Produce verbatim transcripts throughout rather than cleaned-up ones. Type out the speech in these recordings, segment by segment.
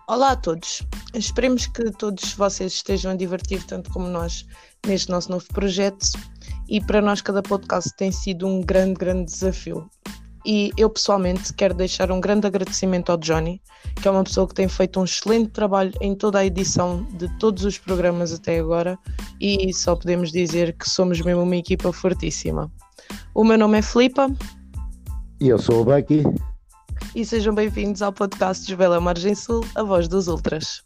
Olá a todos, esperemos que todos vocês estejam a divertir tanto como nós neste nosso novo projeto e para nós cada podcast tem sido um grande, grande desafio. E eu pessoalmente quero deixar um grande agradecimento ao Johnny, que é uma pessoa que tem feito um excelente trabalho em toda a edição de todos os programas até agora e só podemos dizer que somos mesmo uma equipa fortíssima. O meu nome é Filipa. E eu sou o Bucky. E sejam bem-vindos ao podcast de Bela Margem Sul, a voz dos Ultras.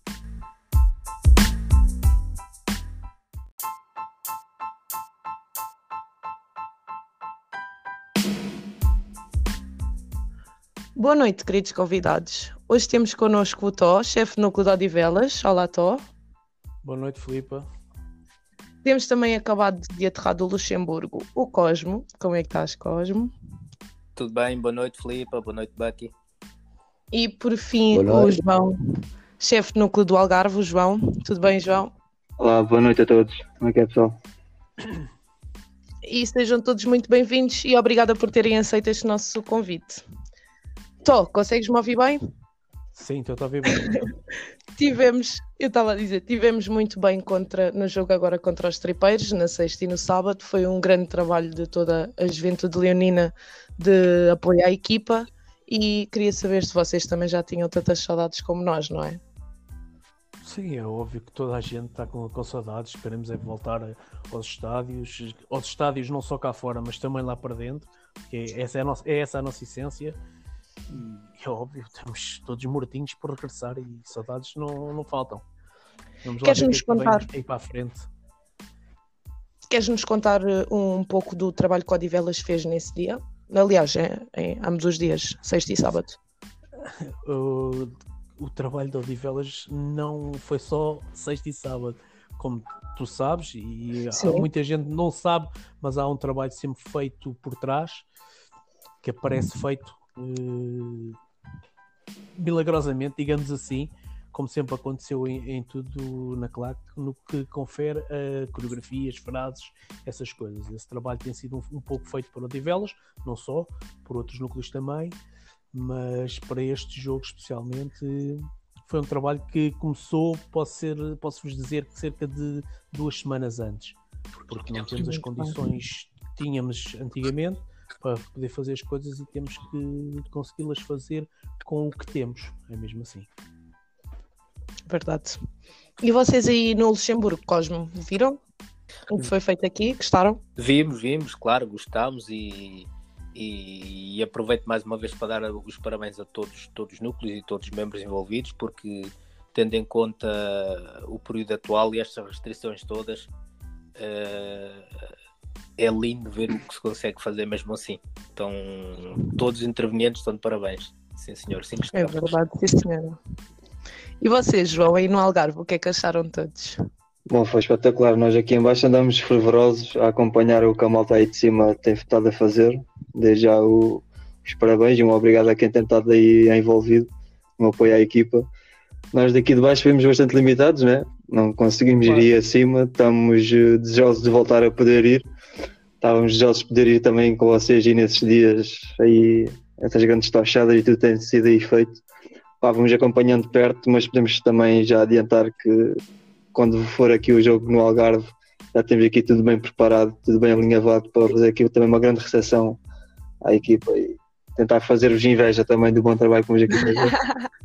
Boa noite, queridos convidados. Hoje temos connosco o Tó, chefe do núcleo de Odivelas. Olá, Tó. Boa noite, Filipa. Temos também acabado de aterrar do Luxemburgo o Cosmo. Como é que estás, Cosmo? Tudo bem, boa noite, Filipa, boa noite, Bucky. E por fim, o João, chefe do núcleo do Algarve, o João. Tudo bem, João? Olá, boa noite a todos. Como é que é, pessoal? E sejam todos muito bem-vindos e obrigada por terem aceito este nosso convite. Tó, consegues-me ouvir bem? Sim, estou a ouvir bem. Tivemos, eu estava a dizer, tivemos muito bem contra, no jogo agora contra os Tripeiros, na sexta e no sábado. Foi um grande trabalho de toda a juventude leonina de apoio à equipa e queria saber se vocês também já tinham tantas saudades como nós, não é? Sim, é óbvio que toda a gente está com, com saudades. Esperemos é voltar aos estádios, aos estádios não só cá fora, mas também lá para dentro, porque essa é, a nossa, é essa a nossa essência. E é óbvio, estamos todos mortinhos por regressar e saudades não, não faltam. Vamos lá Queres-nos ver o que é que contar? vem aí para a frente. Queres-nos contar um pouco do trabalho que o Odivelas fez nesse dia? Aliás, em, em ambos os dias, sexta e sábado. O, o trabalho de Odivelas não foi só sexta e sábado, como tu sabes, e há, muita gente não sabe, mas há um trabalho sempre feito por trás, que aparece feito Uh, milagrosamente, digamos assim, como sempre aconteceu em, em tudo na claque, no que confere a coreografias, frases, essas coisas. Esse trabalho tem sido um, um pouco feito por Odivelas, não só, por outros núcleos também, mas para este jogo especialmente foi um trabalho que começou, posso, ser, posso-vos dizer, que cerca de duas semanas antes, porque não temos as condições que tínhamos antigamente para poder fazer as coisas e temos que consegui-las fazer com o que temos, é mesmo assim. Verdade. E vocês aí no Luxemburgo, Cosmo, viram o que foi feito aqui? Gostaram? Vimos, vimos, claro, gostámos e, e, e aproveito mais uma vez para dar os parabéns a todos, todos os núcleos e todos os membros envolvidos, porque tendo em conta o período atual e estas restrições todas, uh, é lindo ver o que se consegue fazer mesmo assim. Então, todos os intervenientes estão de parabéns. Sim, senhor. Cinco é verdade, sim, senhora. E vocês, João, aí no Algarve, o que é que acharam todos? Bom, foi espetacular. Nós aqui em baixo andamos fervorosos a acompanhar o que a malta aí de cima tem estado a fazer. Desde já o, os parabéns e um obrigado a quem tem estado aí envolvido no apoio à equipa. Nós daqui de baixo vimos bastante limitados, né? Não conseguimos claro. ir acima. Estamos desejosos de voltar a poder ir. Estávamos desejosos de poder ir também com vocês e nesses dias aí, essas grandes tochadas e tudo tem sido aí feito. Pá, vamos acompanhando de perto, mas podemos também já adiantar que quando for aqui o jogo no Algarve, já temos aqui tudo bem preparado, tudo bem alinhavado para fazer aqui também uma grande recepção à equipa e tentar fazer-vos inveja também do bom trabalho que vamos aqui fazer.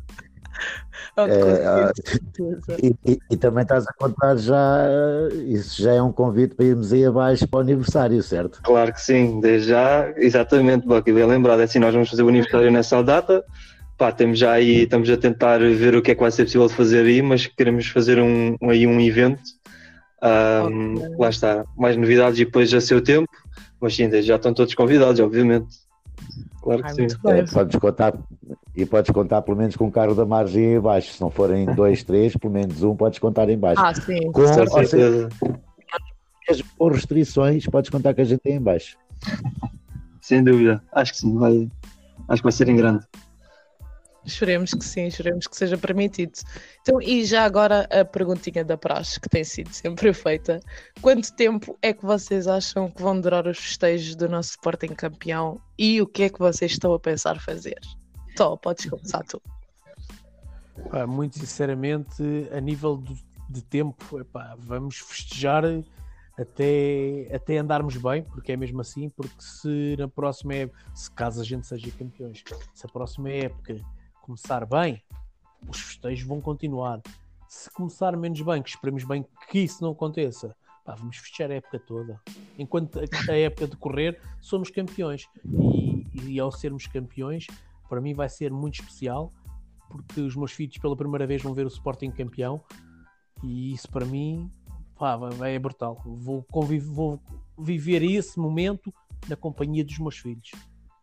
É, e, e, e também estás a contar já, isso já é um convite para irmos aí abaixo para o aniversário, certo? Claro que sim, desde já, exatamente, Bucky, bem lembrado, é assim, nós vamos fazer o aniversário nessa data, pá, temos já aí, estamos a tentar ver o que é que vai ser possível de fazer aí, mas queremos fazer um, aí um evento, um, okay. Lá está, mais novidades e depois a seu tempo, mas sim, desde já estão todos convidados, obviamente. Claro que Ai, sim. É, podes contar, e podes contar pelo menos com o carro da margem em baixo. Se não forem dois, três, pelo menos um podes contar em baixo. Ah, sim. Com, ou seja, com restrições, podes contar que a gente tem em baixo. Sem dúvida. Acho que sim. Vai, acho que vai ser em grande. Esperemos que sim, esperemos que seja permitido. Então, e já agora a perguntinha da praxe, que tem sido sempre feita. Quanto tempo é que vocês acham que vão durar os festejos do nosso Sporting campeão e o que é que vocês estão a pensar fazer? Tó, podes começar tu. Pá, muito sinceramente, a nível de, de tempo, epá, vamos festejar até, até andarmos bem, porque é mesmo assim, porque se na próxima época, se caso a gente seja campeões, se a próxima época começar bem, os festejos vão continuar. Se começar menos bem, que esperemos bem que isso não aconteça, pá, vamos festejar a época toda. Enquanto a, a época decorrer, somos campeões. E, e ao sermos campeões, para mim vai ser muito especial, porque os meus filhos pela primeira vez vão ver o Sporting campeão, e isso para mim, pá, vai, é brutal. Vou, conviver, vou viver esse momento na companhia dos meus filhos.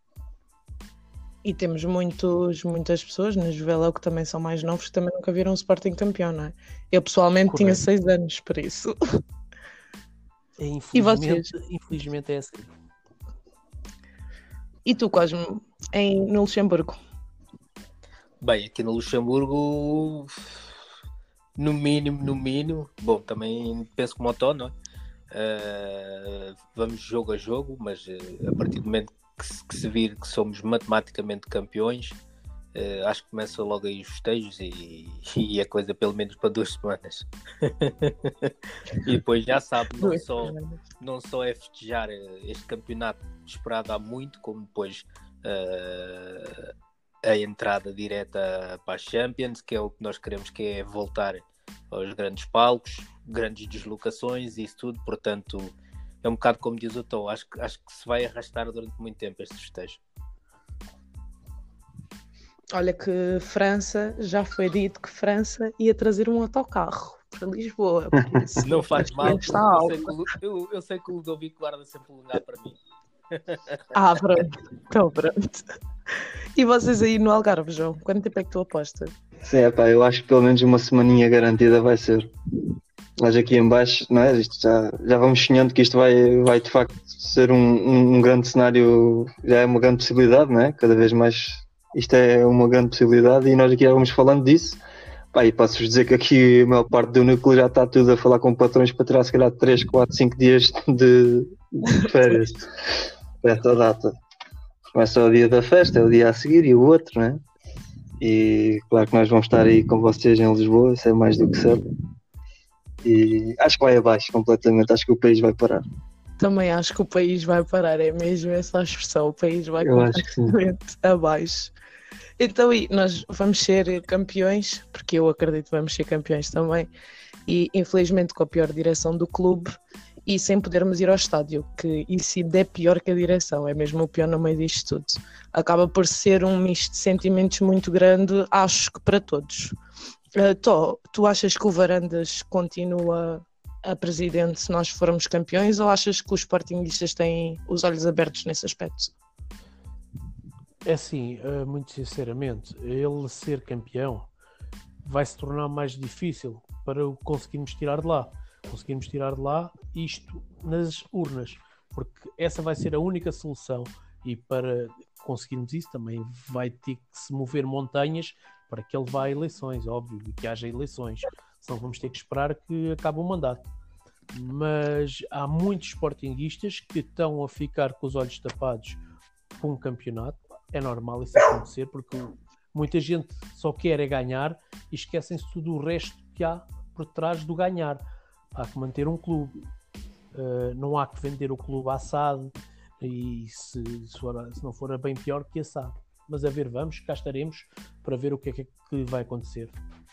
E temos muitos, muitas pessoas na Juveléu que também são mais novos, que também nunca viram o Sporting campeão, não é? Eu pessoalmente Correto. tinha seis anos, por isso. É, infelizmente, E vocês? infelizmente é assim. E tu, Cosmo, em, no Luxemburgo? Bem, aqui no Luxemburgo, no mínimo, no mínimo, bom, também penso como o Tó, não é? Uh, vamos jogo a jogo, mas uh, a partir do momento que se, que se vir que somos matematicamente campeões, uh, acho que começa logo aí os festejos e, e a coisa pelo menos para duas semanas. E depois já sabe, não só, não só é festejar este campeonato esperado há muito, como depois uh, a entrada direta para a Champions, que é o que nós queremos, que é voltar aos grandes palcos, grandes deslocações e isso tudo. Portanto, é um bocado como diz o Tom, acho, acho que se vai arrastar durante muito tempo este festejo. Olha que França, já foi dito que França ia trazer um autocarro para Lisboa. Por isso, não faz mal, eu está sei, que, o- eu, eu sei que o Ludovico guarda sempre um lugar para mim. Ah, pronto. Então, pronto. E vocês aí no Algarve, João? Quanto tempo é que tu apostas? Sim, epá, eu acho que pelo menos uma semaninha garantida vai ser. Nós aqui em baixo, não é? Isto já, já vamos sonhando que isto vai, vai de facto ser um, um, um grande cenário, já é uma grande possibilidade, não é? Cada vez mais isto é uma grande possibilidade e nós aqui já vamos falando disso. Pá, e posso-vos dizer que aqui a maior parte do núcleo já está tudo a falar com patrões para tirar se calhar três, quatro, cinco dias de, de férias. Para esta data. Começa o dia da festa, é o dia a seguir e o outro, né? E claro que nós vamos estar aí com vocês em Lisboa, isso é mais do que certo. E acho que vai abaixo completamente, acho que o país vai parar. Também acho que o país vai parar, é mesmo essa a expressão, o país vai Eu acho que sim. completamente abaixo. Então, e nós vamos ser campeões, porque eu acredito que vamos ser campeões também, e infelizmente com a pior direção do clube e sem podermos ir ao estádio, que isso ainda é pior que a direção, é mesmo o pior no meio disto tudo. Acaba por ser um misto de sentimentos muito grande, acho que para todos. Uh, Tó, tu achas que o Varandas continua a presidente se nós formos campeões ou achas que os sportinguistas têm os olhos abertos nesse aspecto? É assim, uh, muito sinceramente, ele ser campeão vai se tornar mais difícil para o conseguirmos tirar de lá. Conseguirmos tirar de lá isto nas urnas, porque essa vai ser a única solução e para conseguirmos isso também vai ter que se mover montanhas para que ele vá a eleições, óbvio, e que haja eleições, senão vamos ter que esperar que acabe o mandato. Mas há muitos sportinguistas que estão a ficar com os olhos tapados por um campeonato. É normal isso acontecer, porque muita gente só quer é ganhar e esquecem-se tudo o resto que há por trás do ganhar. Há que manter um clube, uh, não há que vender o clube assado e se, se, for, se não for bem pior que assado. Mas a ver, vamos, cá estaremos para ver o que é que vai acontecer.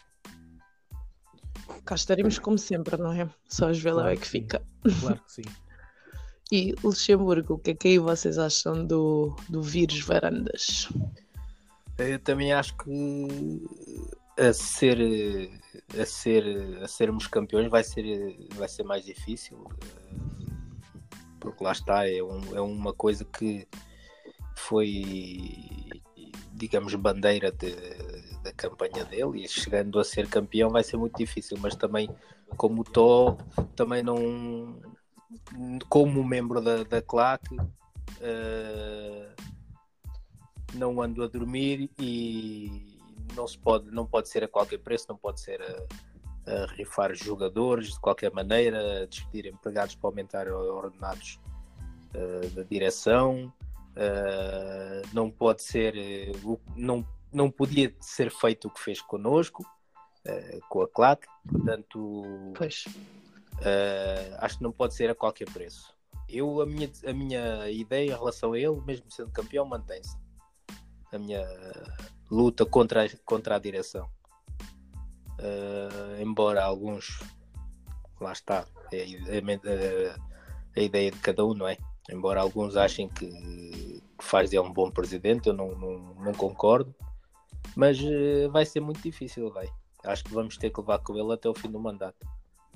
Cá estaremos como sempre, não é? Só as velas Claro é que que sim. fica. Claro que sim. E Luxemburgo, o que é que aí vocês acham do, do vírus Varandas? Eu também acho que a ser a ser a sermos campeões vai ser vai ser mais difícil, porque lá está, é, um, é uma coisa que foi, digamos, bandeira de, da campanha dele, e chegando a ser campeão vai ser muito difícil, mas também como o Tó, também não, como membro da, da claque, uh, não ando a dormir e não se pode, não pode ser a qualquer preço, não pode ser a, a rifar jogadores de qualquer maneira, a despedir empregados para aumentar ordenados uh, da direção, uh, não pode ser uh, o, não, não podia ser feito o que fez connosco, uh, com a claque, portanto Pois. uh, acho que não pode ser a qualquer preço. Eu, a minha, a minha ideia em relação a ele, mesmo sendo campeão, mantém-se. A minha luta contra a, contra a direção. Uh, embora alguns, lá está, é a, a, a ideia de cada um, não é? Embora alguns achem que, que faz dele um bom presidente, eu não, não, não concordo, mas uh, vai ser muito difícil, vai. Acho que vamos ter que levar com ele até o fim do mandato.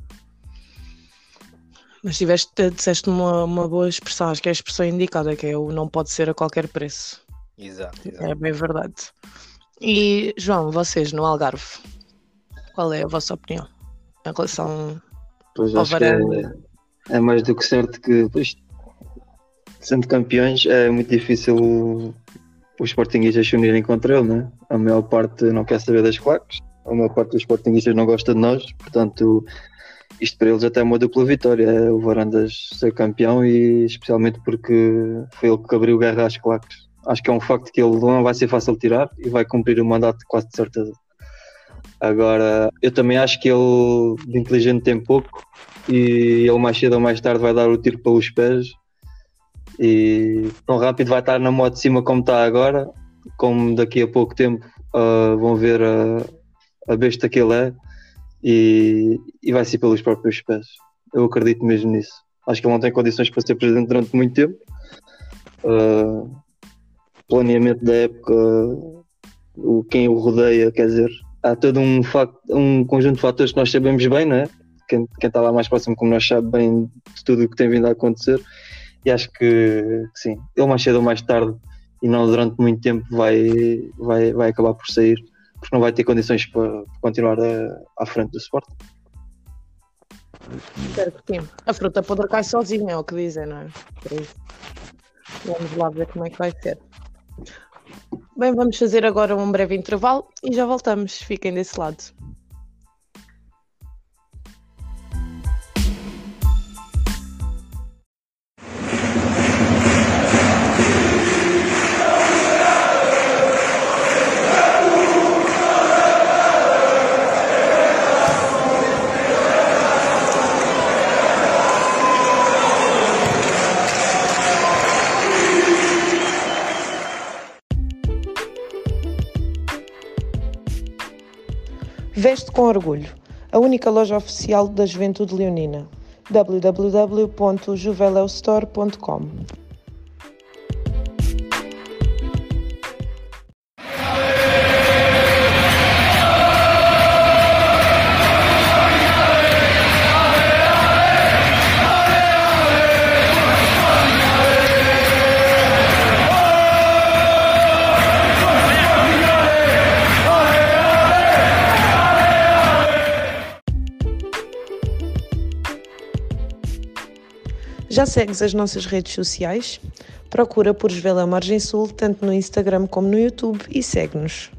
Mas tiveste, disseste uma, uma boa expressão, acho que é a expressão indicada, que é o não pode ser a qualquer preço. Exato, exato. É bem verdade. E, João, vocês no Algarve, qual é a vossa opinião em relação Pois ao acho que Varane? é, é mais do que certo que, pois, sendo campeões, é muito difícil os sportinguistas se unirem contra ele, né? A maior parte não quer saber das claques, a maior parte dos sportinguistas não gosta de nós, portanto, isto para eles até é uma dupla vitória, é o Varandas ser campeão e especialmente porque foi ele que abriu guerra às claques. Acho que é um facto que ele não vai ser fácil de tirar e vai cumprir o mandato quase de certeza. Agora, eu também acho que ele de inteligente tem pouco e ele mais cedo ou mais tarde vai dar o tiro pelos pés e tão rápido vai estar na moto de cima como está agora, como daqui a pouco tempo uh, vão ver a, a besta que ele é e, e vai ser pelos próprios pés. Eu acredito mesmo nisso. Acho que ele não tem condições para ser presidente durante muito tempo. Uh, planeamento da época, o, quem o rodeia, quer dizer, há todo um, facto, um conjunto de fatores que nós sabemos bem, não é? Quem, quem está lá mais próximo como nós sabe bem de tudo o que tem vindo a acontecer e acho que, que sim, ele mais cedo ou mais tarde e não durante muito tempo vai, vai, vai acabar por sair porque não vai ter condições para, para continuar a, à frente do Sport. Espero que sim. A fruta podre cai sozinha, é o que dizem, não é? Por isso, vamos lá ver como é que vai ser. Bem, vamos fazer agora um breve intervalo e já voltamos. Fiquem desse lado. Veste com orgulho, a única loja oficial da Juventude Leonina. w w w ponto juveleustore ponto com. Já segues as nossas redes sociais? Procura por Juvela Margem Sul, tanto no Instagram como no YouTube e segue-nos.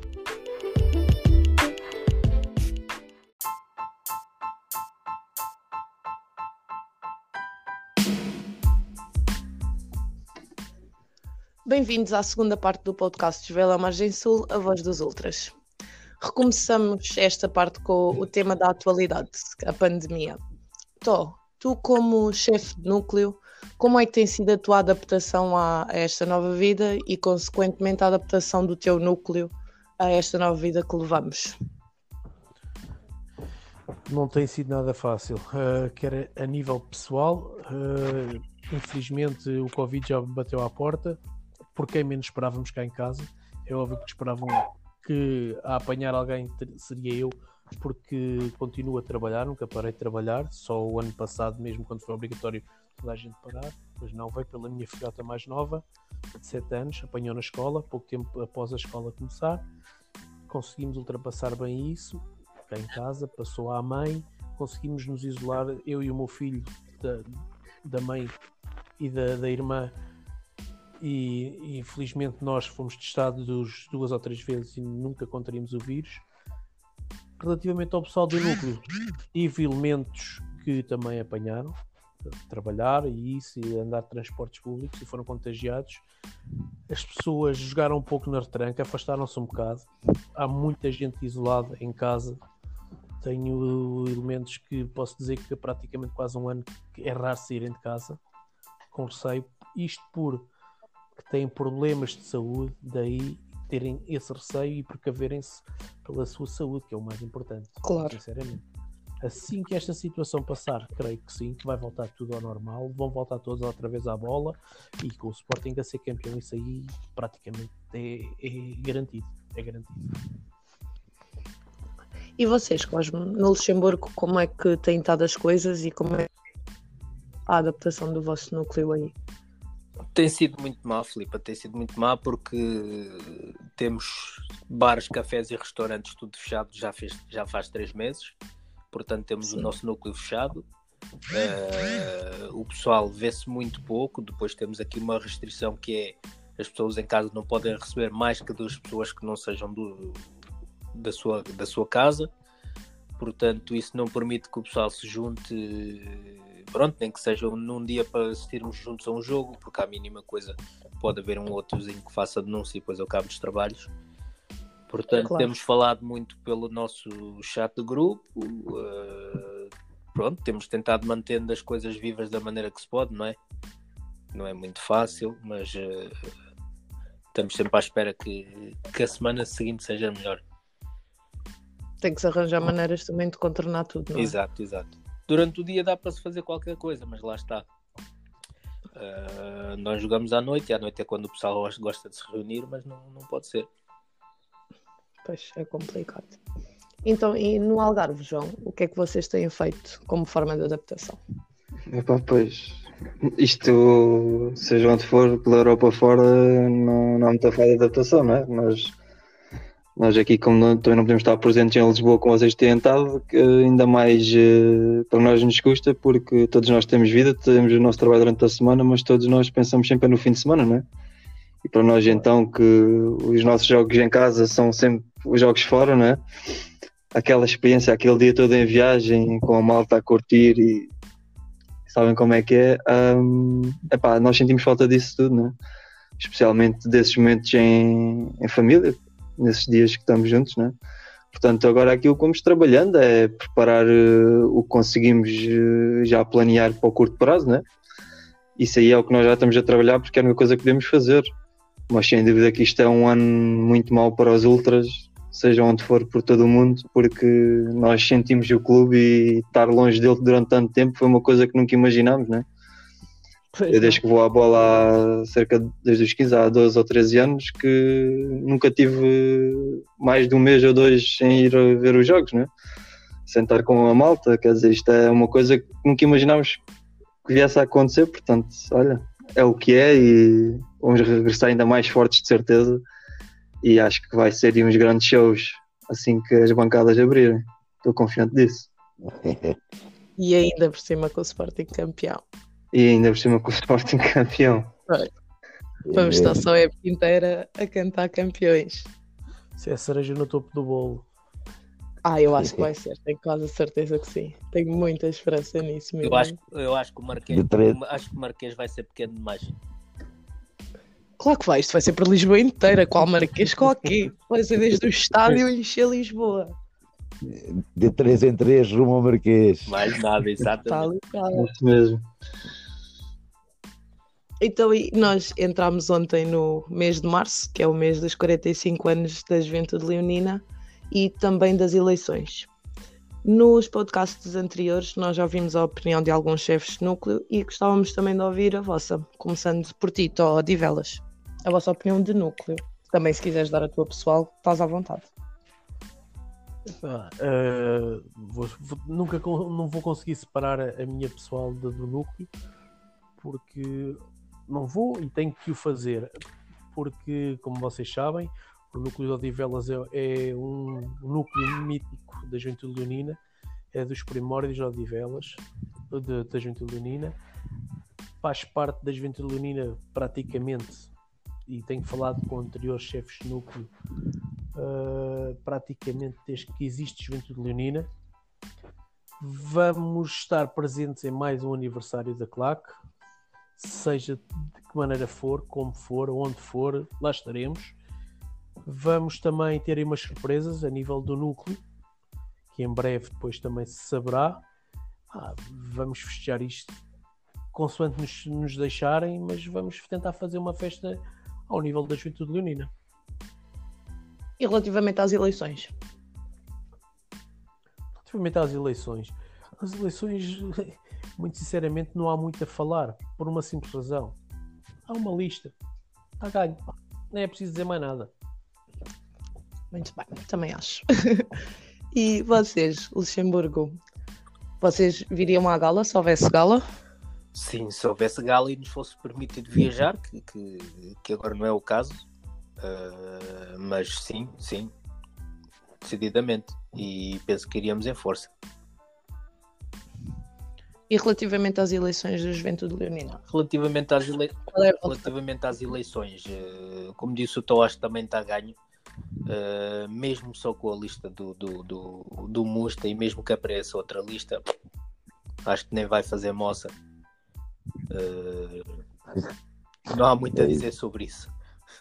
Bem-vindos à segunda parte do podcast Juvela Margem Sul, a voz dos ultras. Recomeçamos esta parte com o tema da atualidade, a pandemia. Tó, tu como chefe de núcleo, como é que tem sido a tua adaptação a, a esta nova vida e, consequentemente, a adaptação do teu núcleo a esta nova vida que levamos? Não tem sido nada fácil, uh, quer a nível pessoal, uh, infelizmente o Covid já me bateu à porta, por quem menos esperávamos cá em casa. É óbvio que esperavam que a apanhar alguém seria eu, porque continuo a trabalhar, nunca parei de trabalhar, só o ano passado mesmo, quando foi obrigatório toda a gente parar, pois não, veio pela minha filhota mais nova, de sete anos, apanhou na escola, pouco tempo após a escola começar, conseguimos ultrapassar bem isso, cá em casa, passou à mãe, conseguimos nos isolar, eu e o meu filho, da, da mãe e da, da irmã, e, e infelizmente nós fomos testados duas ou três vezes e nunca contraímos o vírus. Relativamente ao pessoal do núcleo, tive elementos que também apanharam, trabalhar e isso, e andar de transportes públicos, e foram contagiados. As pessoas jogaram um pouco na retranca, afastaram-se um bocado. Há muita gente isolada em casa. Tenho elementos que posso dizer que há praticamente quase um ano que é raro saírem de casa com receio. Isto por que têm problemas de saúde, daí terem esse receio e precaverem-se pela sua saúde, que é o mais importante. Claro. Sinceramente. Assim que esta situação passar, creio que sim, que vai voltar tudo ao normal, vão voltar todos outra vez à bola, e com o Sporting a ser campeão, isso aí praticamente é, é garantido. É garantido. E vocês, Cosmo, no Luxemburgo, como é que têm estado as coisas e como é a adaptação do vosso núcleo aí? Tem sido muito má, Filipe, tem sido muito má porque temos bares, cafés e restaurantes tudo fechado já, fez, já faz três meses. Portanto, temos Sim. o nosso núcleo fechado. Uh, o pessoal vê-se muito pouco. Depois temos aqui uma restrição que é as pessoas em casa não podem receber mais que duas pessoas que não sejam do, da, sua, da sua casa. Portanto, isso não permite que o pessoal se junte, pronto, nem que seja num dia para assistirmos juntos a um jogo, porque à mínima coisa pode haver um outrozinho que faça denúncia e depois ao cabo dos trabalhos. Portanto, claro. Temos falado muito pelo nosso chat de grupo, uh, pronto, temos tentado manter as coisas vivas da maneira que se pode, não é? Não é muito fácil, mas uh, estamos sempre à espera que, que a semana seguinte seja melhor. Tem que se arranjar maneiras também de contornar tudo, não é? Exato, exato. Durante o dia dá para se fazer qualquer coisa, mas lá está. Uh, nós jogamos à noite, e à noite é quando o pessoal gosta de se reunir, mas não, não pode ser. Pois, é complicado. Então, e no Algarve, João, o que é que vocês têm feito como forma de adaptação? Epá, pois, isto, seja onde for, pela Europa fora, não, não há muita falta de adaptação, não é? Nós, nós aqui, como não, também não podemos estar presentes em Lisboa como vocês têm estado, que ainda mais uh, para nós nos custa, porque todos nós temos vida, temos o nosso trabalho durante a semana, mas todos nós pensamos sempre no fim de semana, não é? E para nós então que os nossos jogos em casa são sempre os jogos fora, não é? Aquela experiência, aquele dia todo em viagem, com a malta a curtir e sabem como é que é, um, epá, nós sentimos falta disso tudo, não é? Especialmente desses momentos em, em família, nesses dias que estamos juntos, não é? Portanto, agora aquilo que vamos trabalhando é preparar uh, o que conseguimos uh, já planear para o curto prazo, não é? Isso aí é o que nós já estamos a trabalhar porque é a única coisa que podemos fazer. Mas sem dúvida que isto é um ano muito mau para os Ultras, seja onde for por todo o mundo, porque nós sentimos o clube e estar longe dele durante tanto tempo foi uma coisa que nunca imaginámos, né? Eu desde que vou à bola há cerca de, desde os quinze, há doze ou treze anos, que nunca tive mais de um mês ou dois sem ir a ver os jogos, né? Sentar com a malta, quer dizer, isto é uma coisa que nunca imaginámos que viesse a acontecer, portanto, olha, é o que é e vamos regressar ainda mais fortes de certeza e acho que vai ser uns grandes shows assim que as bancadas abrirem, estou confiante disso. E ainda por cima com o Sporting campeão. E ainda por cima com o Sporting campeão. Vai. Vamos estar só a época inteira a cantar campeões. Se é a cereja no topo do bolo. Ah, eu acho que vai ser, tenho quase a certeza que sim. Tenho muita esperança nisso mesmo. Eu acho, eu acho que o Marquês, acho que o Marquês vai ser pequeno demais. Claro que vai, isto vai ser para Lisboa inteira, qual Marquês, qual quê? Vai ser desde o estádio encher Lisboa. De três em três rumo ao Marquês. Mais nada, exatamente. É isso mesmo. Então nós entramos ontem no mês de março, que é o mês dos quarenta e cinco anos da Juventude Leonina e também das eleições. Nos podcasts anteriores nós já ouvimos a opinião de alguns chefes de núcleo e gostávamos também de ouvir a vossa, começando por ti, Tó Odivelas. A vossa opinião de núcleo. Também se quiseres dar a tua pessoal, estás à vontade. Ah, uh, vou, vou, nunca não vou conseguir separar a, a minha pessoal do, do núcleo, porque não vou e tenho que o fazer, porque como vocês sabem, o núcleo de Odivelas é, é um núcleo mítico da Juventude Leonina, é dos primórdios de Odivelas, de, da Juventude Leonina, faz parte da Juventude Leonina praticamente, e tenho falado com anteriores chefes de núcleo, uh, praticamente desde que existe Juventude Leonina. Vamos estar presentes em mais um aniversário da Claque, seja de que maneira for, como for, onde for, lá estaremos. Vamos também ter aí umas surpresas a nível do núcleo, que em breve depois também se saberá. Ah, vamos festejar isto consoante nos, nos deixarem, mas vamos tentar fazer uma festa ao nível da Juventude Leonina. E relativamente às eleições? Relativamente às eleições, as eleições, muito sinceramente, não há muito a falar, por uma simples razão. Há uma lista, está ganho, não é preciso dizer mais nada. Muito bem, também acho. E vocês, Luxemburgo, vocês viriam à gala, se houvesse gala? Sim, se houvesse gala e nos fosse permitido viajar, que, que, que agora não é o caso, uh, mas sim, sim, decididamente, e penso que iríamos em força. E relativamente às eleições da Juventude Leonina? Relativamente às, ele... é relativamente às eleições, uh, como disse o Tó, acho que também está a ganho, uh, mesmo só com a lista do, do, do, do Musta, e mesmo que apareça outra lista, acho que nem vai fazer moça. Uh, não há muito a dizer sobre isso.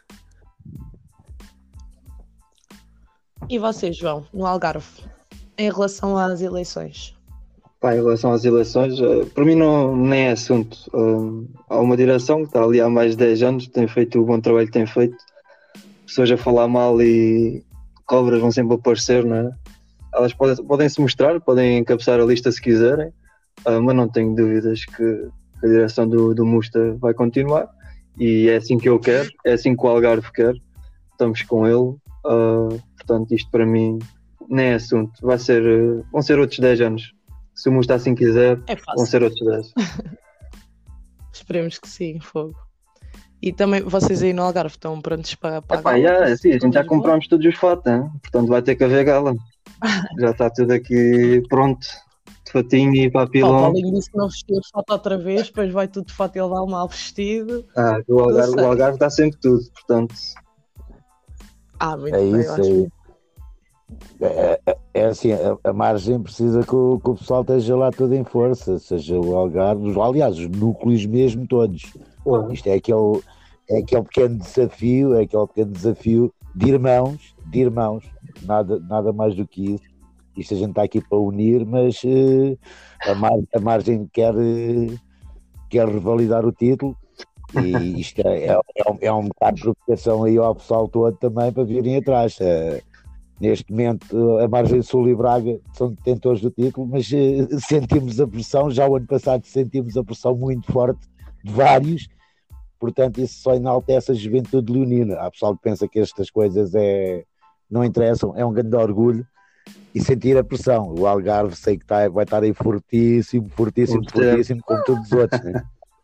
E vocês, João, no Algarve, em relação às eleições? Pá, em relação às eleições, uh, para mim não, nem é assunto. Uh, há uma direção que está ali há mais de dez anos, tem feito o bom trabalho que tem feito. Pessoas a falar mal e cobras vão sempre aparecer, não é? Elas podem, podem se mostrar, podem encabeçar a lista se quiserem, uh, mas não tenho dúvidas que a direção do, do Musta vai continuar, e é assim que eu quero, é assim que o Algarve quer, estamos com ele, uh, portanto isto para mim nem é assunto, vai ser, uh, vão ser outros dez anos, se o Musta assim quiser, é fácil. Vão ser outros dez. Esperemos que sim, fogo. E também vocês aí no Algarve estão prontos para, para Epá, a gala? já, sim, a gente já compramos todos os fatos, hein? Portanto vai ter que haver gala, já está tudo aqui pronto. De fatinho e papilão. O Paulinho disse que não vestiu fato outra vez, depois vai tudo de fato e ele dá um mal vestido. Ah, o Algarve, o Algarve dá sempre tudo, portanto. Ah, muito É bem, isso, eu acho. é isso. É, é, é assim, a, a margem precisa que o, que o pessoal esteja lá todo em força, seja o Algarve, aliás, os núcleos mesmo todos. Pô. Isto é aquele, é aquele pequeno desafio, é aquele pequeno desafio de irmãos, de irmãos, nada, nada mais do que isso. Isto a gente está aqui para unir, mas uh, a, mar, a margem quer, uh, quer revalidar o título, e isto é, é, é, um, é um bocado de provocação aí ao pessoal todo também para virem atrás. Uh, neste momento a margem Sul e Braga são detentores do título, mas uh, sentimos a pressão, já o ano passado sentimos a pressão muito forte de vários, portanto isso só enaltece a Juventude Leonina. Há pessoal que pensa que estas coisas é, não interessam, é um grande orgulho. E sentir a pressão. O Algarve sei que tá, vai estar aí fortíssimo, fortíssimo, fortíssimo, como todos os outros, né?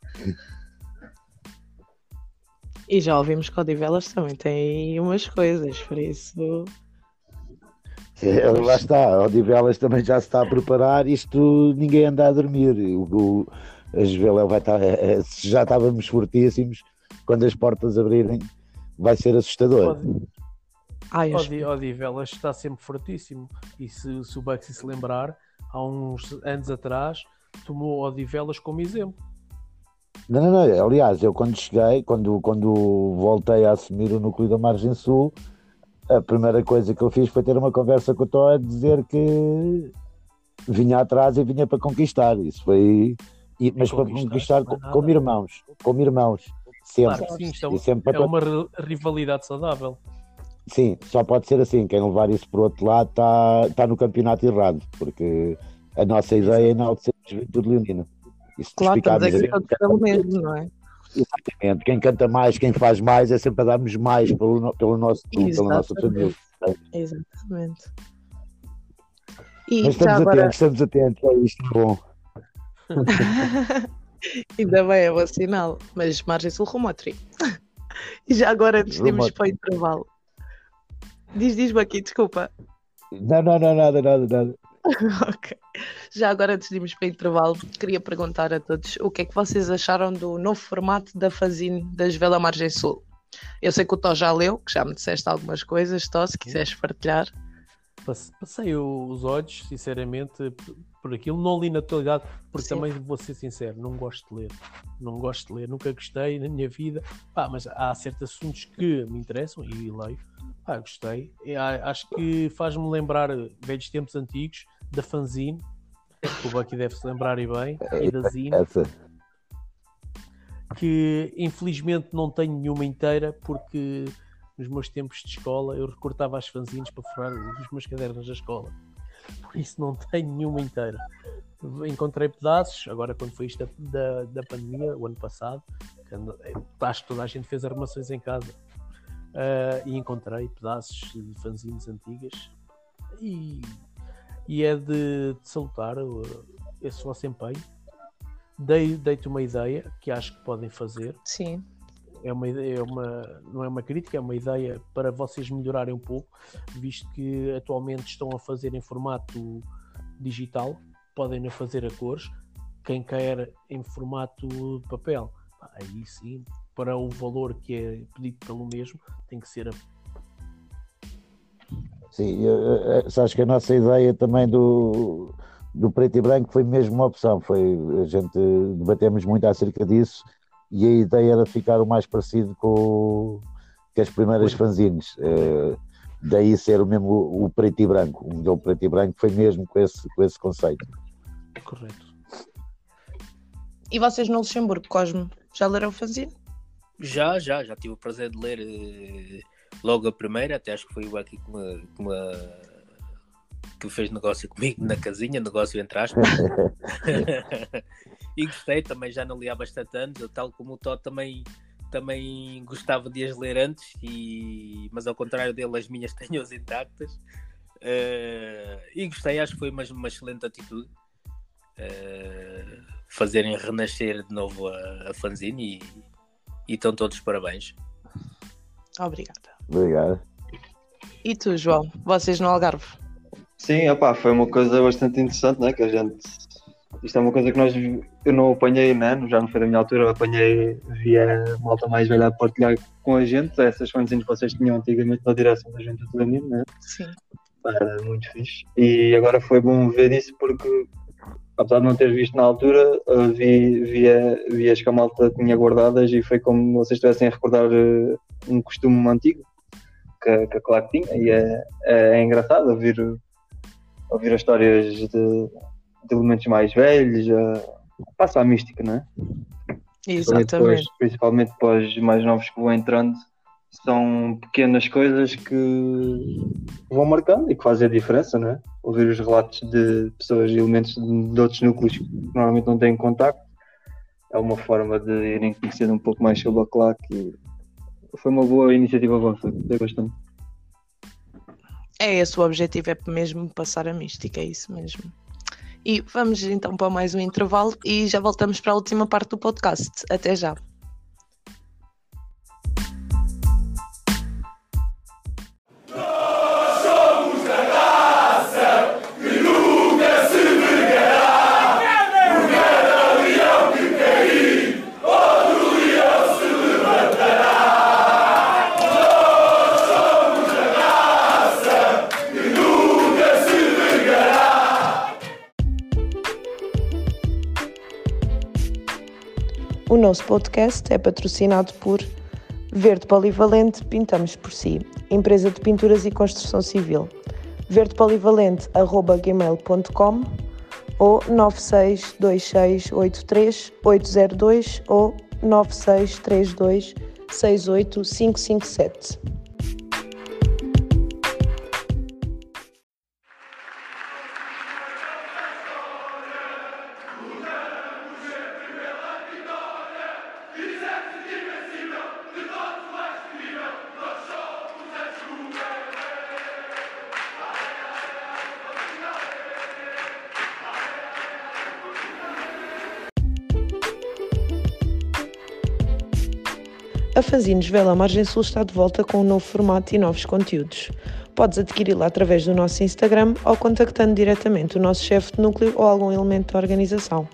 E já ouvimos que o Odivelas também tem aí umas coisas, por isso. É, lá está, o Odivelas também já se está a preparar, isto ninguém anda a dormir. O, o, a Juveléu vai estar, é, se já estávamos fortíssimos, quando as portas abrirem, vai ser assustador. Pode. Ai, O Odivelas está sempre fortíssimo, e se, se o Baxi se lembrar, há uns anos atrás tomou o Odivelas como exemplo. Não, não, não, aliás, eu quando cheguei, quando, quando voltei a assumir o núcleo da Margem Sul, a primeira coisa que eu fiz foi ter uma conversa com o Tó a dizer que vinha atrás e vinha para conquistar. Isso foi, e, mas para conquistar com, como irmãos, como irmãos, sempre. Claro, sim, isto é, e sempre é uma rivalidade saudável. Sim, só pode ser assim. Quem levar isso por outro lado está tá no campeonato errado, porque a nossa ideia é enaltecer a Juventude Leonina. Isso claro, estamos aqui a... todos pelo mesmo, não é? Exatamente. Quem canta mais, quem faz mais, é sempre a darmos mais pelo, pelo nosso clube, pela nossa família. Exatamente. E mas estamos agora... atentos, estamos atentos, é isto bom. Ainda bem, é bom sinal, mas Margem Sul rumo ao tri. E já agora antes de irmos para o intervalo. Diz, diz-me aqui, desculpa. Não, não, não, nada, nada, nada. Ok. Já agora, antes de irmos para o intervalo, queria perguntar a todos o que é que vocês acharam do novo formato da fanzine da Juveléu Margem Sul. Eu sei que o Tó já leu, que já me disseste algumas coisas, Tó, se quiseres partilhar. Passei os olhos, sinceramente, por aquilo. Não li na totalidade, porque Sim. também vou ser sincero, não gosto de ler. Não gosto de ler, nunca gostei na minha vida. Pá, mas há certos assuntos que me interessam e leio. Pá, gostei. E acho que faz-me lembrar velhos tempos antigos, da fanzine, que o Bucky deve se lembrar e bem, e da zine. Essa. Que infelizmente não tenho nenhuma inteira, porque nos meus tempos de escola eu recortava as fanzines para furar os meus cadernos da escola, por isso não tenho nenhuma inteira. Encontrei pedaços, agora quando foi isto da, da pandemia, o ano passado, que acho que toda a gente fez armações em casa, uh, e encontrei pedaços de fanzines antigas, e, e é de, de salutar uh, esse vosso empenho. Dei, dei-te uma ideia que acho que podem fazer. Sim. É uma ideia, é uma, não é uma crítica, é uma ideia para vocês melhorarem um pouco, visto que atualmente estão a fazer em formato digital, podem fazer a cores. Quem quer em formato de papel, pá, aí sim, para o valor que é pedido pelo mesmo, tem que ser a... Sim, eu, eu, acho que a nossa ideia também do, do preto e branco foi mesmo uma opção. Foi, a gente debatemos muito acerca disso. E a ideia era ficar o mais parecido com, com as primeiras fanzines. Uh, daí ser o mesmo o, o preto e branco. O modelo preto e branco foi mesmo com esse, com esse conceito. Correto. E vocês no Luxemburgo, Cosmo, já leram fanzine? Já, já, já tive o prazer de ler uh, logo a primeira, até acho que foi o aqui que me, que me que fez negócio comigo na casinha, negócio entre aspas. E gostei, também já não li há bastante anos, eu, tal como o Tó também, também gostava de as ler antes, e, mas ao contrário dele as minhas tenho-as intactas, uh, e gostei, acho que foi uma, uma excelente atitude, uh, fazerem renascer de novo a, a fanzine, e, e estão todos parabéns. Obrigada. Obrigado. E tu, João, vocês no Algarve? Sim, opá, foi uma coisa bastante interessante, né? Que a gente... Isto é uma coisa que nós, eu não apanhei, né? Já não foi da minha altura, eu apanhei via malta mais velha a partilhar com a gente essas fanzines que vocês tinham antigamente na direção da gente do Danilo, né? Sim. Era muito fixe. E agora foi bom ver isso porque, apesar de não ter visto na altura, vi, vi, vi as que a malta tinha guardadas e foi como vocês estivessem a recordar um costume antigo que, que a Claque tinha, e é, é, é engraçado ouvir, ouvir as histórias de, de elementos mais velhos, uh, passa a mística, não é? Exatamente. Depois, principalmente para os mais novos que vão entrando, são pequenas coisas que vão marcando e que fazem a diferença, não é? Ouvir os relatos de pessoas e elementos de, de outros núcleos que normalmente não têm contacto é uma forma de irem conhecendo um pouco mais sobre a Claque, e foi uma boa iniciativa vossa, gostei bastante. É esse o objetivo, é mesmo passar a mística, é isso mesmo. E vamos então para mais um intervalo e já voltamos para a última parte do podcast. Até já. O nosso podcast é patrocinado por Verde Polivalente Pintamos por Si, empresa de pinturas e construção civil. verde polivalente arroba gmail ponto com ou nove seis dois seis oito três oito zero dois ou nove seis três dois seis oito cinco cinco sete. A Fanzines Vela Margem Sul está de volta com um novo formato e novos conteúdos. Podes adquiri-la através do nosso Instagram ou contactando diretamente o nosso chefe de núcleo ou algum elemento da organização.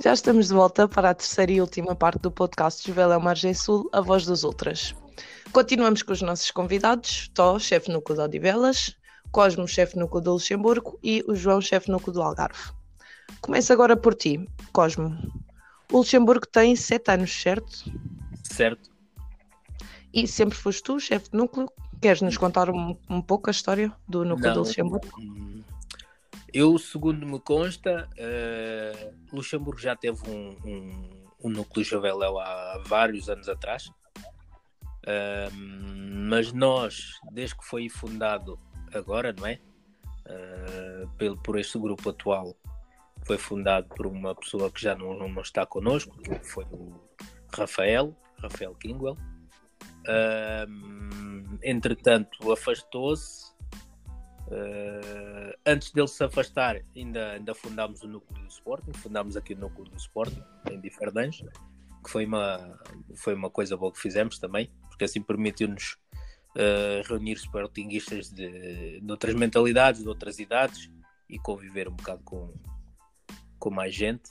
Já estamos de volta para a terceira e última parte do podcast Juveléu Margem Sul, a voz dos Ultras. Continuamos com os nossos convidados, Tó, chefe núcleo de Odivelas, Cosmo, chefe núcleo do Luxemburgo e o João, chefe núcleo do Algarve. Começo agora por ti, Cosmo. O Luxemburgo tem sete anos, certo? Certo. E sempre foste tu, chefe de núcleo? Queres nos contar um, um pouco a história do núcleo Não. do Luxemburgo? Eu, segundo me consta, uh, Luxemburgo já teve um, um, um núcleo Juveléu há vários anos atrás, uh, mas nós, desde que foi fundado agora, não é? Uh, pelo, por este grupo atual, foi fundado por uma pessoa que já não, não está connosco, que foi o Rafael, Rafael Kingwell. Uh, entretanto, afastou-se. Uh, antes dele se afastar, ainda, ainda fundámos o núcleo do Sporting, fundámos aqui o núcleo do Sporting em Diferdange, que foi uma, foi uma coisa boa que fizemos também, porque assim permitiu-nos uh, reunir sportinguistas de, de outras mentalidades, de outras idades e conviver um bocado com, com mais gente.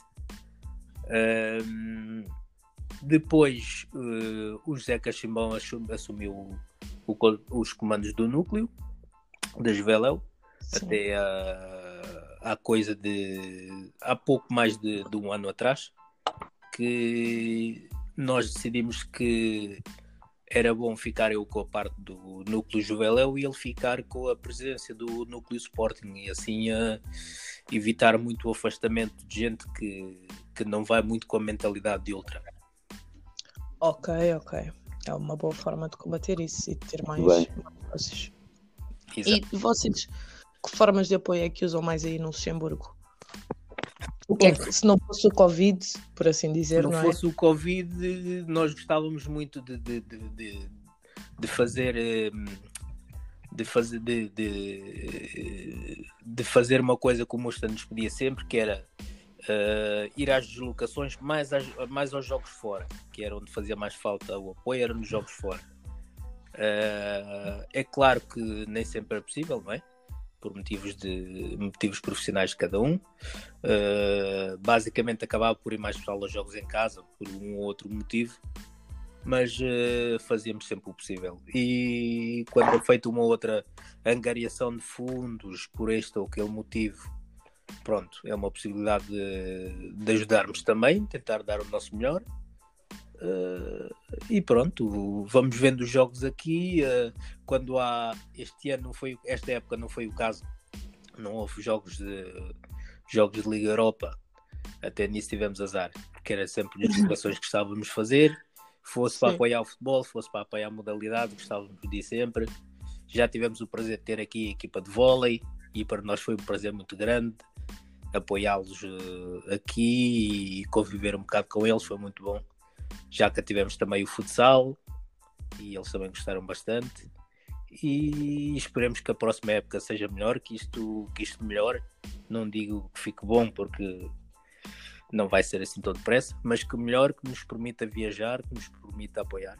Uh, depois uh, o José Cachimbão assumiu o, o, os comandos do núcleo da Juveléu, até a, a coisa de há pouco mais de, de um ano atrás, que nós decidimos que era bom ficar eu com a parte do núcleo Juveléu e ele ficar com a presidência do núcleo Sporting, e assim a evitar muito o afastamento de gente que, que não vai muito com a mentalidade de ultra. Ok, ok. É uma boa forma de combater isso e de ter mais negócios. Exato. E vocês, que formas de apoio é que usam mais aí no Luxemburgo? O que é que, se não fosse o Covid, por assim dizer, se não, não fosse é? o Covid, nós gostávamos muito de, de, de, de, de fazer de fazer de, de, de fazer uma coisa como o Stan nos pedia sempre, que era uh, ir às deslocações, mais, às, mais aos jogos fora, que era onde fazia mais falta o apoio, era nos jogos fora. Uh, é claro que nem sempre é possível, não é? Por motivos, de, motivos profissionais de cada um. Uh, basicamente acabava por ir mais pessoal aos jogos em casa por um ou outro motivo, mas uh, fazíamos sempre o possível. E quando é feita uma outra angariação de fundos por este ou aquele motivo, pronto, é uma possibilidade de, de ajudarmos também, tentar dar o nosso melhor. Uh, e pronto, vamos vendo os jogos aqui. Uh, quando há este ano não foi, esta época não foi o caso, não houve jogos de jogos de Liga Europa, até nisso tivemos azar, porque era sempre as situações que estávamos a fazer, fosse para Sim. apoiar o futebol, fosse para apoiar a modalidade, gostávamos de ir sempre. Já tivemos o prazer de ter aqui a equipa de vôlei e para nós foi um prazer muito grande apoiá-los uh, aqui e conviver um bocado com eles, foi muito bom. Já que tivemos também o futsal e eles também gostaram bastante, e esperemos que a próxima época seja melhor, que isto, que isto melhore. Não digo que fique bom porque não vai ser assim tão depressa, mas que melhor, que nos permita viajar, que nos permita apoiar.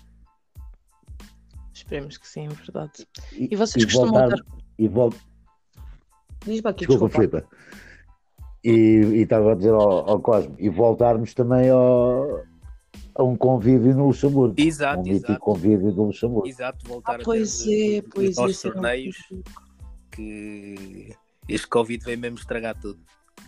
Esperemos que sim, é verdade. E, E vocês e costumam voltar, dar... e vol... Diz-me aqui, Desculpa, desculpa. Filipe. E, e estava a dizer ao, ao Cosmo, e voltarmos também ao, a um convívio no Luxemburgo. Exato, um mítico exato. convívio do Luxemburgo. Exato, voltar Ah, a pois ter é, os, pois os nossos é, será um torneios, pouco. que este Covid veio mesmo estragar tudo.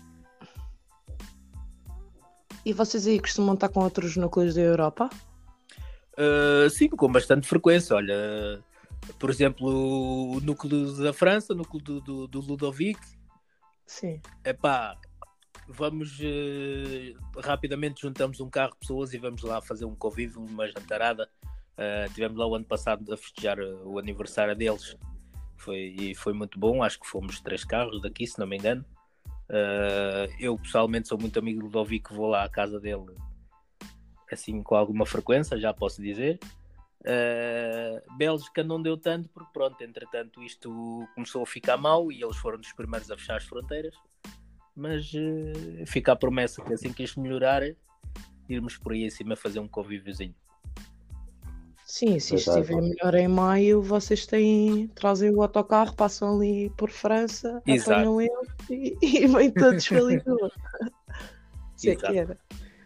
E vocês aí costumam estar com outros núcleos da Europa? Uh, sim, com bastante frequência. Olha, por exemplo, o núcleo da França, o núcleo do, do, do Ludovic. Sim. Epá, vamos uh, rapidamente juntamos um carro de pessoas e vamos lá fazer um convívio, uma jantarada. Uh, tivemos lá o ano passado a festejar o aniversário deles, foi, e foi muito bom. Acho que fomos três carros daqui, se não me engano. Uh, eu pessoalmente sou muito amigo do Ludovic, vou lá à casa dele assim com alguma frequência, já posso dizer. Uh, Bélgica não deu tanto porque pronto, entretanto isto começou a ficar mal e eles foram dos primeiros a fechar as fronteiras, mas uh, fica a promessa que assim que isto melhorar, irmos por aí acima fazer um convíviozinho. Sim, se isto estiver melhor em maio, vocês têm, trazem o autocarro, passam ali por França, Exato. apanham eles e, e vêm todos para Lisboa. Isso é que era.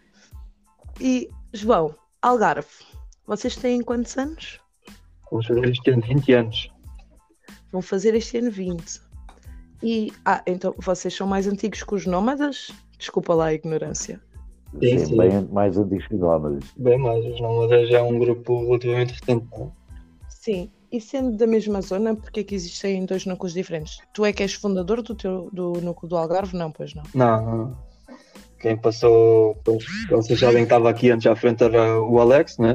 E, João, Algarve, vocês têm quantos anos? Vamos fazer este ano vinte anos. Vão fazer este ano vinte. E, ah, então vocês são mais antigos que os nómadas? Desculpa lá a ignorância. Sim, Sim, sim. bem mais antigos que os nómadas. Bem mais, os nómadas já é um grupo relativamente recente. Não? Sim, e sendo da mesma zona, porque é que existem dois núcleos diferentes? Tu é que és fundador do, teu, do núcleo do Algarve? Não, pois não. Não, não. Quem passou, pois, vocês sabem que estava aqui antes à frente era o Alex, né?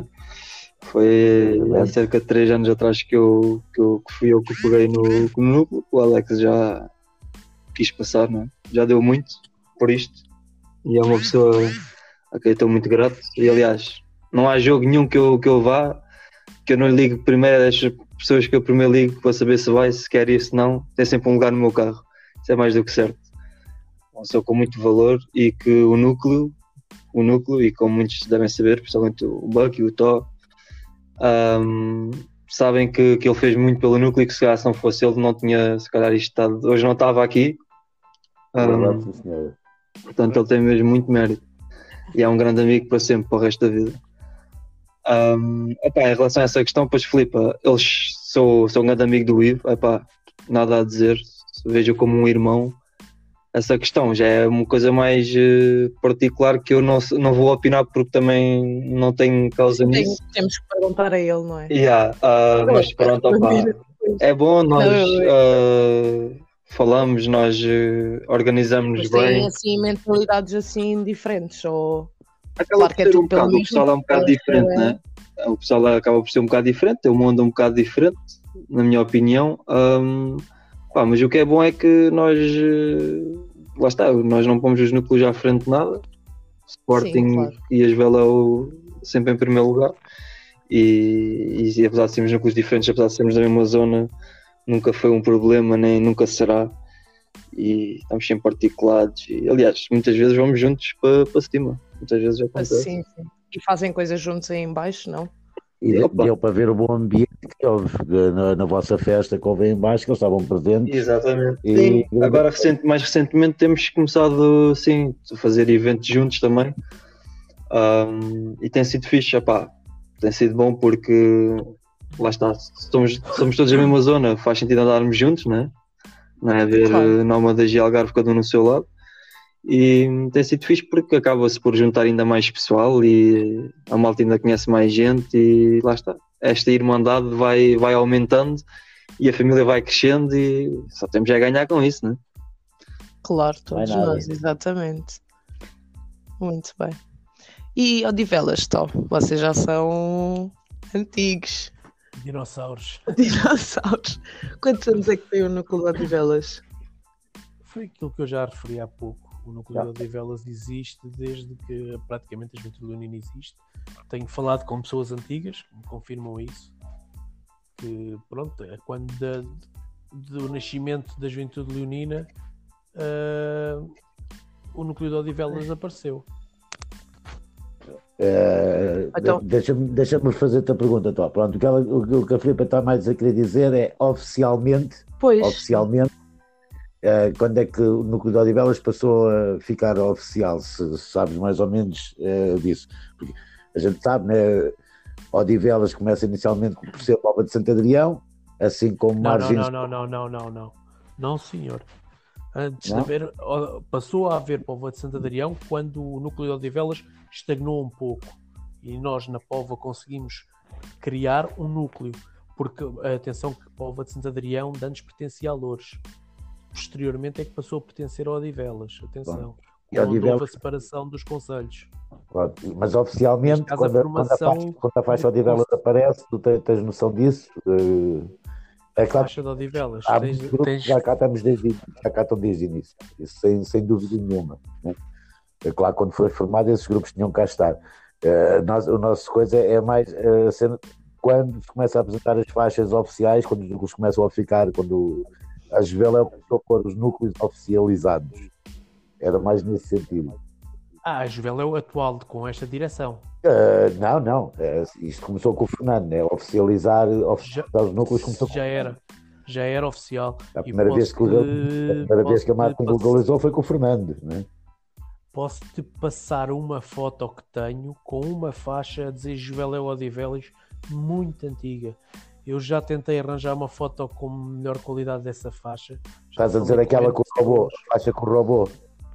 Foi há cerca de três anos atrás que eu, que eu que fui eu que peguei no, no núcleo. O Alex já quis passar, né? Já deu muito por isto e é uma pessoa a quem eu estou muito grato. E aliás, não há jogo nenhum que eu, que eu vá que eu não lhe ligo primeiro às pessoas que eu primeiro ligo para saber se vai, se quer ir, se não, tem sempre um lugar no meu carro. Isso é mais do que certo. Uma pessoa com muito valor e que o núcleo, o núcleo, e como muitos devem saber, principalmente o Buck e o Tó, um, sabem que, que ele fez muito pelo núcleo e que se calhar se não fosse ele não tinha, se calhar isto estado, hoje não estava aqui. Um, Sim, senhora. portanto ele tem mesmo muito mérito e é um grande amigo para sempre, para o resto da vida. Um, epá, em relação a essa questão, pois Filipa, eu sou, sou um grande amigo do Ivo, epá, nada a dizer, vejo como um irmão. Essa questão já é uma coisa mais uh, particular que eu não, não vou opinar porque também não tenho causa Tem, nisso. temos que perguntar a ele, não é? Yeah, uh, mas pronto, opa, é bom, nós uh, falamos, nós uh, organizamos Mas bem. têm assim mentalidades assim diferentes ou... Acaba Claro que por é ser tudo um bocado, pelo o pessoal é um mesmo, bocado mas diferente, é- né? O pessoal acaba por ser um bocado diferente, tem um mundo um bocado diferente, na minha opinião. Um, pá, mas o que é bom é que nós, eh, lá está, nós não pomos os núcleos à frente de nada. Sporting Sim, claro. e as Vela sempre em primeiro lugar. E, e apesar de sermos núcleos diferentes, apesar de sermos da mesma zona, nunca foi um problema, nem nunca será. E estamos sempre articulados. E, aliás, muitas vezes vamos juntos para, para cima. Muitas vezes já acontece. Sim, sim. E fazem coisas juntos aí em baixo, não? E Opa. deu para ver o bom ambiente que houve na, na vossa festa que houve em baixo, que eles estavam presentes. Exatamente. E Agora, recente, mais recentemente, temos começado assim, a fazer eventos juntos também. Um, e tem sido fixe, epá, tem sido bom porque lá está, somos, somos todos da mesma zona, faz sentido andarmos juntos, né? Não é haver Claro. uh, nómadas e Algarve cada um no seu lado. E tem sido fixe porque acaba-se por juntar ainda mais pessoal e a malta ainda conhece mais gente e lá está. Esta irmandade vai, vai aumentando e a família vai crescendo e só temos a ganhar com isso, né? Claro, todos nada. nós, exatamente. Muito bem. E Odivelas, Tó, vocês já são antigos, Dinossauros. dinossauros. Quantos anos é que tem o núcleo de Odivelas? Foi aquilo que eu já referi há pouco. O núcleo Já. de Odivelas existe desde que praticamente a Juventude Leonina existe. Tenho falado com pessoas antigas que me confirmam isso. Que pronto, é quando da- do nascimento da Juventude Leonina ah, o núcleo de Odivelas apareceu. Eh, Então- de- deixa-me, deixa-me fazer-te a pergunta, Tó. Pronto, o que, ela, o que a Filipe está mais a querer dizer é oficialmente, Pois, oficialmente, eh, quando é que o núcleo de Odivelas passou a ficar oficial, se, se sabes mais ou menos eh, disso. Porque a gente sabe, né? Odivelas começa inicialmente por ser Póvoa de Santo Adrião, assim como Não, Margens. não, não, não, não, não, não. Não, senhor. Antes Não? de haver, ó, passou a haver Póvoa de Santo Adrião quando o núcleo de Odivelas estagnou um pouco. E nós na Póvoa conseguimos criar um núcleo. Porque, atenção, que Póvoa de Santo Adrião de antes pertencia a Loures. Posteriormente é que passou a pertencer a Odivelas. Atenção. E Quando Odivelas- houve a separação dos concelhos. Pronto, mas oficialmente, Neste caso, a quando, a, quando, a formação- faixa, quando a faixa Odivelas aparece, tu tens, tens noção disso? Eh, é claro que Faixa de Odivelas. há Tens, muitos grupos tens- que já cá estamos desde, já cá estão desde o início, isso sem, sem dúvida nenhuma. Né? É claro que quando foi formado, esses grupos tinham que cá estar. Eh, nós, o nosso coisa é mais eh, sendo- quando se começa a apresentar as faixas oficiais, quando os núcleos começam a ficar, quando a Juvela começou a pôr os núcleos oficializados. Era mais nesse sentido. Ah, a Juvel é o atual com esta direção. Uh, não, não. Uh, isto começou com o Fernando, né? Oficializar, oficializar os núcleos começou com Já era. Já era oficial. a E primeira, vez que, o, posso-te- a primeira vez que a posso-te- Martin posso- legalizou foi com o Fernando, né? posso-te passar uma foto que tenho com uma faixa a dizer Juveléu Odivelas muito antiga. Eu já tentei arranjar uma foto com melhor qualidade dessa faixa. Estás a dizer aquela com o robô, a faixa com o robô?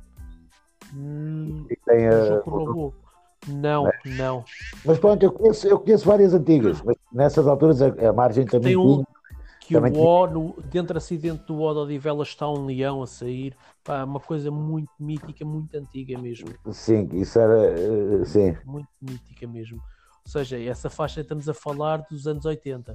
Hum, E tem a... com o robô. Não, Mas- não. Mas pronto, eu conheço, eu conheço várias antigas, mas nessas alturas a, a margem também Tem um tinha. que Também o O, no, dentro assim dentro do O de Odivelas está um leão a sair. Pá, uma coisa muito mítica, muito antiga mesmo. Sim, isso era. eh, sim. Muito mítica mesmo. Ou seja, essa faixa estamos a falar dos anos oitenta.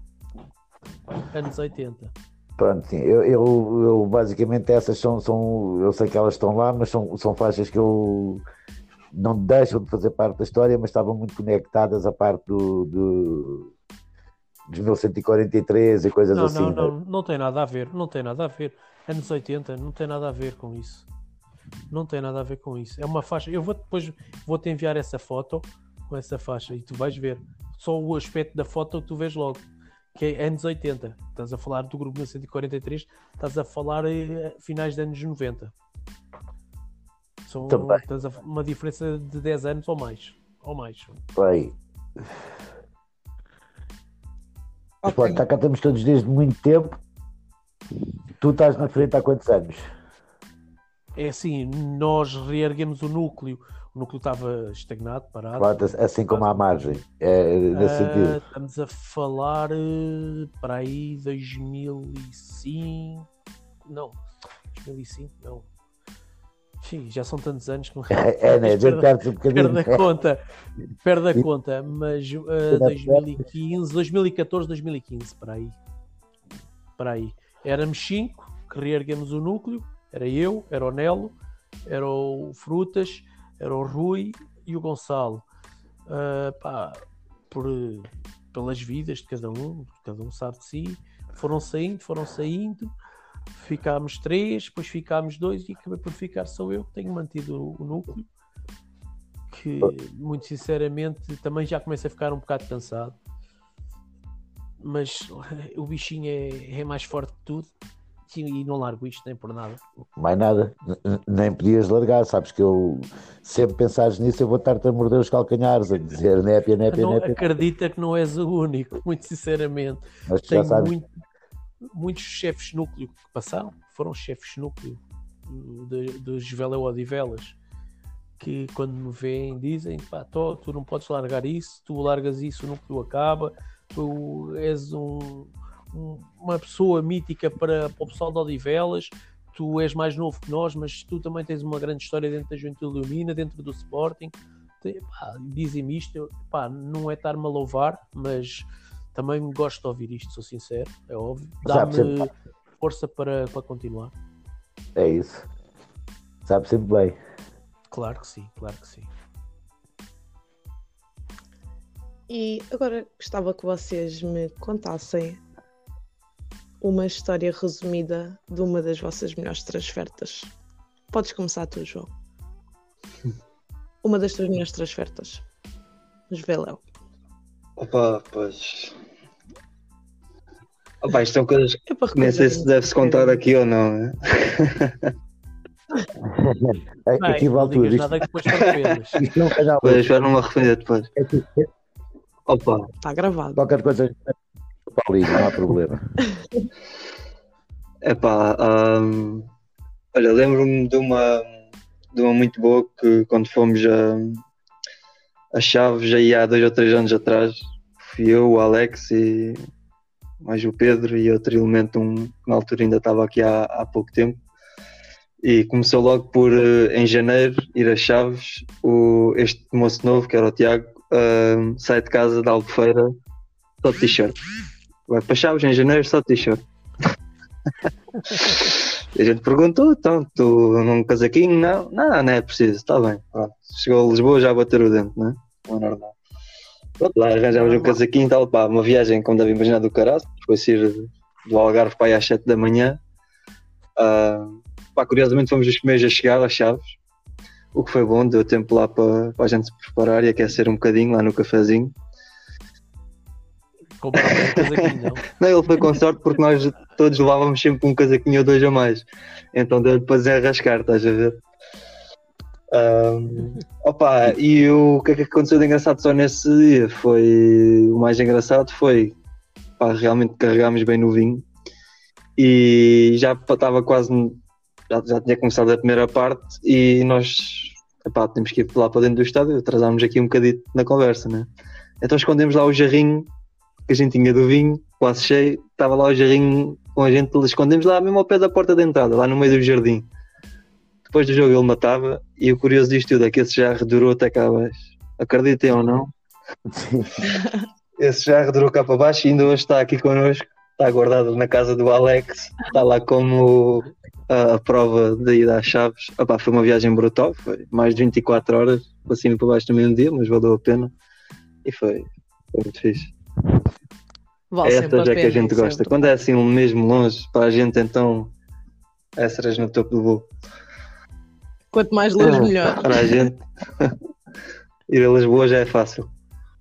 Anos oitenta. Pronto, sim. Eu, eu, eu basicamente essas são, são. Eu sei que elas estão lá, mas são, são faixas que eu não deixam de fazer parte da história, mas estavam muito conectadas à parte do, do, dos mil cento e quarenta e três e coisas Não, assim. não, né? não, não tem nada a ver, não tem nada a ver. Anos oitenta, não tem nada a ver com isso. Não tem nada a ver com isso. É uma faixa. Eu vou depois vou-te enviar essa foto com essa faixa e tu vais ver. Só o aspecto da foto tu vês logo. Que é anos oitenta. Estás a falar do grupo mil cento e quarenta e três, estás a falar eh, finais dos anos noventa. São, Também. estás a, uma diferença de dez anos ou mais. Ou mais. Bem, mas Ok. pronto, tá cá estamos todos desde muito tempo. Tu estás na frente há quantos anos? É assim, nós reerguemos o núcleo. O núcleo estava estagnado, parado. Pronto, assim como à margem. É, nesse Ah, sentido. estamos a falar eh, para aí dois mil e cinco. Não, dois mil e cinco, não. Sim, já são tantos anos que não. É, é né? Perde- Perde um bocadinho. Perde a conta, perde a conta, mas uh, dois mil e quinze, dois mil e catorze, dois mil e quinze, para aí. Para aí. Éramos cinco que reerguemos o núcleo, era eu, era o Nelo, era o Frutas, era o Rui e o Gonçalo. Uh, pá, por, pelas vidas de cada um, cada um sabe de si, foram saindo, foram saindo. Ficámos três, depois ficámos dois e acabei por ficar só eu que tenho mantido o núcleo, que muito sinceramente também já começo a ficar um bocado cansado, mas o bichinho é, é mais forte que tudo e não largo isto nem por nada. Mais nada, N- nem podias largar, sabes que eu sempre pensares nisso, eu vou estar-te a morder os calcanhares, a dizer népia, népia, Não, népia, acredita que não és o único, muito sinceramente. mas tu já Tenho sabes. muito, muitos chefes núcleo que passaram, foram chefes núcleo dos Juveléu Odivelas, que quando me veem dizem, pá, tô, tu não podes largar isso, tu largas isso, o núcleo acaba, tu és um, um- uma pessoa mítica para, para o pessoal de Odivelas, tu és mais novo que nós, mas tu também tens uma grande história dentro da Juventude Leonina, dentro do Sporting. Tem- pá, dizem-me isto, eu, pá, não é estar-me a louvar, mas também gosto de ouvir isto, sou sincero, é óbvio. Sabe Dá-me sempre. força para, para continuar. É isso, sabe sempre bem. Claro que sim, claro que sim. E agora gostava que vocês me contassem uma história resumida de uma das vossas melhores transfertas. Podes começar tu, João. Uma das tuas melhores transfertas. Juveléu. Opa, pois. Opa, isto são coisas É para que nem sei se recordar. deve-se contar aqui ou não, né? Bem, Aqui não vale tudo. digas Isto, nada que depois te arrependas. isto é um canal. Pois, já não me arrepender depois. Opa, Está gravado. Qualquer coisa, Paulinho, não há problema. epá, hum, olha, lembro-me de uma, de uma muito boa que quando fomos a, a Chaves, aí há dois ou três anos atrás, fui eu, o Alex e mais o Pedro e outro elemento, um, que na altura ainda estava aqui há, há pouco tempo. E começou logo por, eh, em janeiro, ir a Chaves. O, este moço novo, que era o Tiago, hum, sai de casa da Albufeira só de t-shirt. Vai para Chaves em janeiro só de t-shirt. E a gente perguntou, então, tu num casaquinho? Não, não, não é preciso, está bem. Pronto. Chegou a Lisboa, já bater o dente, não é? Não é normal. Pronto, lá arranjámos um casaquinho e tal, pá, uma viagem, como deve imaginar, do caralho. Foi sair do Algarve para aí às sete da manhã. Ah, pá, curiosamente fomos os primeiros a chegar às Chaves, o que foi bom, deu tempo lá para, para a gente se preparar e aquecer um bocadinho lá no cafezinho. Compraram um casaquinho, não? Não, ele foi com sorte porque nós todos levávamos sempre um casaquinho ou dois a mais, então deu-lhe para desenrascar, estás a ver? Um, opa, e o que é que aconteceu de engraçado só nesse dia? Foi o mais engraçado foi pá, realmente carregámos bem no vinho e já estava quase já, já tinha começado a primeira parte e nós epá, temos que ir lá para dentro do estádio, atrasámos aqui um bocadinho na conversa, né? Então escondemos lá o jarrinho que a gente tinha do vinho, quase cheio, estava lá o jarrinho com a gente, escondemos lá mesmo ao pé da porta de entrada, lá no meio do jardim. Depois do jogo ele matava e o curioso disto tudo é que esse jarro durou até cá abaixo. Acreditem ou não, esse jarro durou cá para baixo e ainda hoje está aqui connosco, está guardado na casa do Alex, está lá como a, a prova da ida às Chaves. Opá, foi uma viagem brutal, foi mais de vinte e quatro horas para cima e para baixo no mesmo dia, mas valeu a pena e foi, foi muito fixe. Vale É estas é que a gente gosta. sempre. Quando é assim mesmo longe para a gente, então é cereja no topo do bolo. Quanto mais longe, melhor. Para a gente ir a Lisboa já é fácil.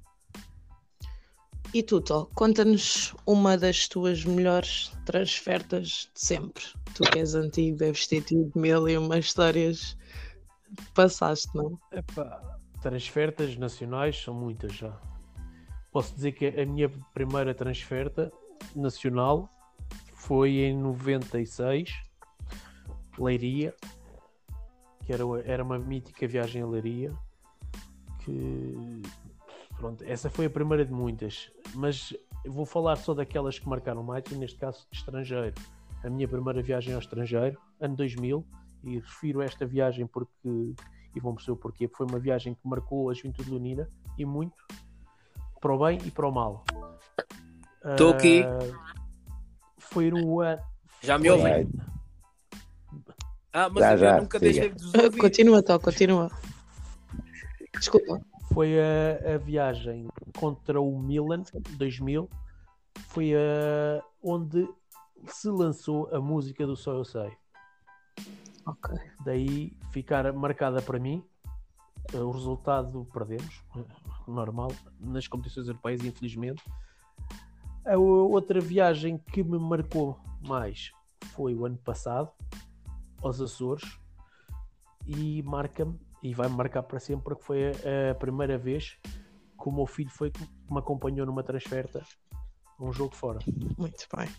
E tu, Tó, conta-nos uma das tuas melhores transfertas de sempre. Tu que és antigo, deves ter tido mil e umas histórias que passaste, não? Epá, transfertas nacionais são muitas já. Posso dizer que a minha primeira transferta nacional foi em noventa e seis, Leiria, que era, era uma mítica viagem a Leiria, que pronto, essa foi a primeira de muitas, mas eu vou falar só daquelas que marcaram mais, e neste caso de estrangeiro. A minha primeira viagem ao estrangeiro, ano dois mil, e refiro esta viagem porque, e vão perceber o porquê, porque foi uma viagem que marcou a Juventude Leonina, e muito, para o bem e para o mal. Estou uh, aqui. Foi no ano... Já me ouvem? Ah, mas já, eu já, nunca siga. deixei de vos ouvir. Continua, Tó, continua. Desculpa. Foi a, a viagem contra o Milan, dois mil. Foi a, onde se lançou a música do Só Eu Sei. Ok. Daí ficar marcada para mim. O resultado perdemos, normal, nas competições europeias, infelizmente. A outra viagem que me marcou mais foi o ano passado, aos Açores, e marca-me, e vai-me marcar para sempre, porque foi a, a primeira vez que o meu filho foi que me acompanhou numa transferta a um jogo fora. Muito bem.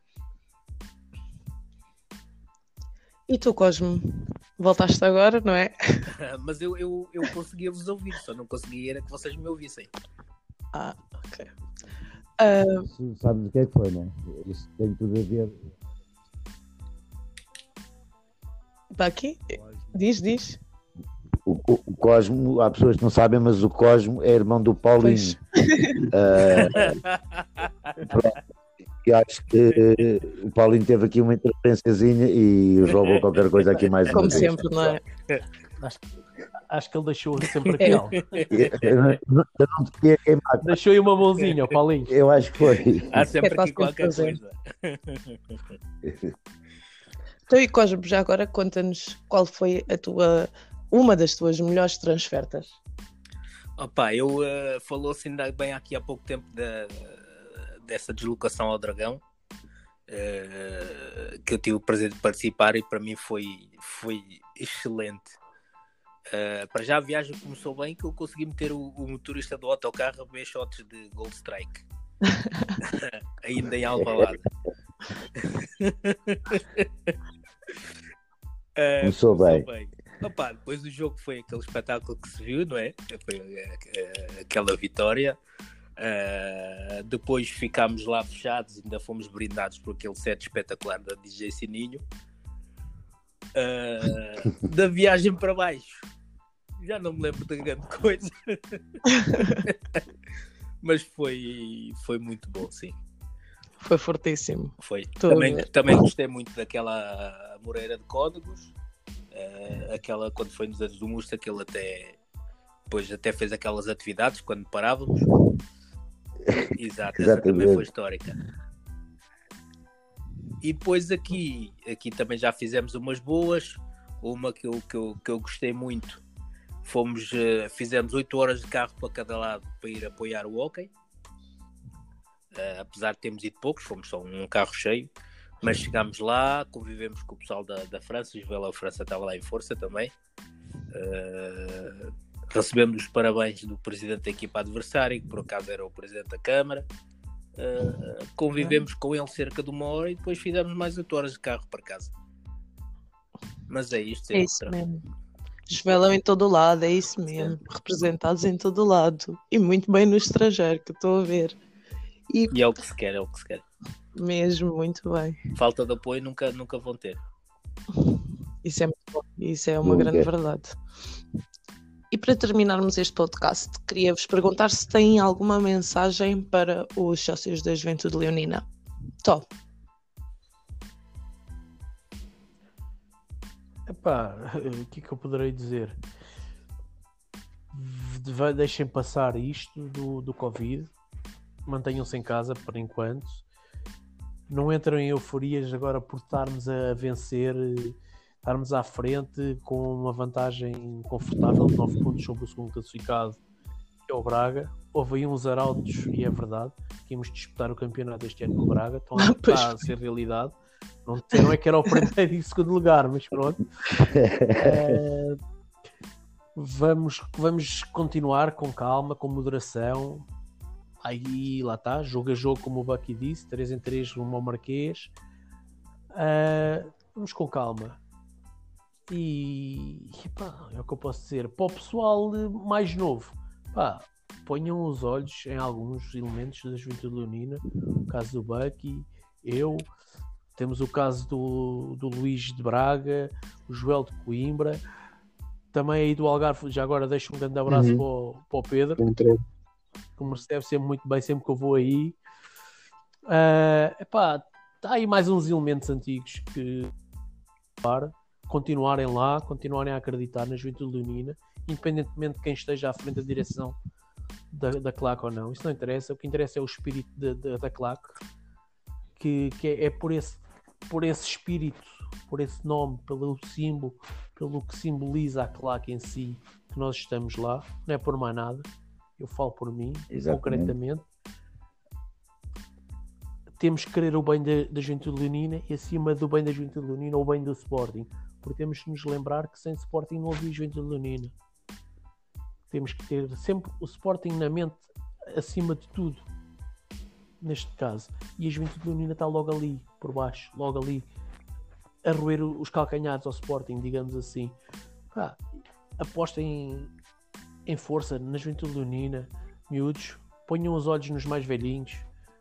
E tu, Cosmo? Voltaste agora, não é? Mas eu, eu, eu conseguia vos ouvir, só não conseguia era que vocês me ouvissem. Ah, ok. Uh... Isso, sabes o que é que foi, não é? Isso tem tudo a ver. Está aqui? Diz, diz. O, o, o Cosmo, há pessoas que não sabem, mas o Cosmo é irmão do Paulinho. Uh, eu acho que uh, o Paulinho teve aqui uma interferênciazinha e roubou qualquer coisa aqui mais Como uma vez. sempre, não é? Acho, acho que ele deixou sempre aquela. Eu não, eu não te queria queimar. Deixou aí uma mãozinha, Paulinho. Eu acho que foi. Há sempre É aqui qualquer fazer. coisa. Então, e Cosmo, já agora conta-nos qual foi a tua, uma das tuas melhores transfertas. Opa, eu uh, falou-se ainda bem aqui há pouco tempo da, dessa deslocação ao Dragão, uh, que eu tive o prazer de participar e para mim foi, foi excelente. Uh, para já a viagem começou bem, que eu consegui meter o, o motorista do autocarro a ver shots de Gold Strike. Ainda em Alvalade. Uh, Começou bem. bem. Opa, depois do jogo foi aquele espetáculo que se viu, não é? Foi uh, aquela vitória. Uh, depois ficámos lá fechados, ainda fomos brindados por aquele set espetacular da D J Sininho. Uh, da viagem para baixo, já não me lembro de grande coisa. Mas foi, foi muito bom, sim. Foi fortíssimo. Foi. Também, também gostei muito daquela Moreira de Códigos, uh, aquela quando foi nos anos do Musta, que ele até depois até fez aquelas atividades quando parávamos. Exato, essa também foi histórica. E depois aqui, aqui também já fizemos umas boas. Uma que eu, que eu, que eu gostei muito, fomos, uh, fizemos oito horas de carro para cada lado para ir apoiar o hóquei. Uh, apesar de termos ido poucos, fomos só um carro cheio, mas chegámos lá, convivemos com o pessoal da, da França, a França estava lá em força também, Uh, recebemos os parabéns do presidente da equipa adversária, que por acaso era o presidente da Câmara. Uh, convivemos com ele cerca de uma hora e depois fizemos mais oito horas de carro para casa. Mas é isto. É isso mesmo. Esvelam em todo o lado, é isso mesmo. Sim. Representados em todo o lado. E muito bem no estrangeiro, que estou a ver. E... e é o que se quer, é o que se quer. Mesmo, muito bem. Falta de apoio nunca, nunca vão ter. Isso é muito bom. Isso é uma grande verdade. E para terminarmos este podcast, queria-vos perguntar se têm alguma mensagem para os sócios da Juventude Leonina. Tó. Epá, o que é que eu poderei dizer? Deixem passar isto do, do Covid, mantenham-se em casa por enquanto, não entrem em euforias agora por estarmos a vencer, estarmos à frente com uma vantagem confortável de nove pontos sobre o segundo classificado, que é o Braga. Houve aí uns arautos, e é verdade, que íamos disputar o campeonato este ano com o Braga, então ah, está a ser realidade. Não, não é que era o primeiro e segundo lugar, mas pronto. É, vamos, vamos continuar com calma, com moderação. Aí lá está, jogo a jogo, como o Bucky disse, três em três rumo ao Marquês. É, vamos com calma. E, e pá, é o que eu posso dizer. Para o pessoal mais novo, pá, ponham os olhos em alguns elementos da Juventude Leonina. O caso do Bucky, eu... Temos o caso do, do Luís de Braga, o Joel de Coimbra, também aí do Algarve. Já agora deixo um grande abraço uhum. para, o, para o Pedro, Entrou. que me recebe sempre muito bem, sempre que eu vou aí. Uh, epá, há aí mais uns elementos antigos que para continuarem lá, continuarem a acreditar na Juventude Leonina, independentemente de quem esteja à frente da direção da, da claque ou não. Isso não interessa, o que interessa é o espírito de, de, da claque, que, que é, é por esse por esse espírito, por esse nome, pelo símbolo, pelo que simboliza a claque em si, que nós estamos lá, não é por mais nada. Eu falo por mim, exatamente. Concretamente. Temos que querer o bem da, da Juventude Leonina e acima do bem da Juventude Leonina o bem do Sporting, porque temos que nos lembrar que sem Sporting não havia Juventude Leonina. Temos que ter sempre o Sporting na mente acima de tudo, neste caso, e a Juventude Leonina está logo ali, por baixo, logo ali, a roer os calcanhares ao Sporting, digamos assim. Pá, apostem em força na Juventude Leonina, miúdos, ponham os olhos nos mais velhinhos,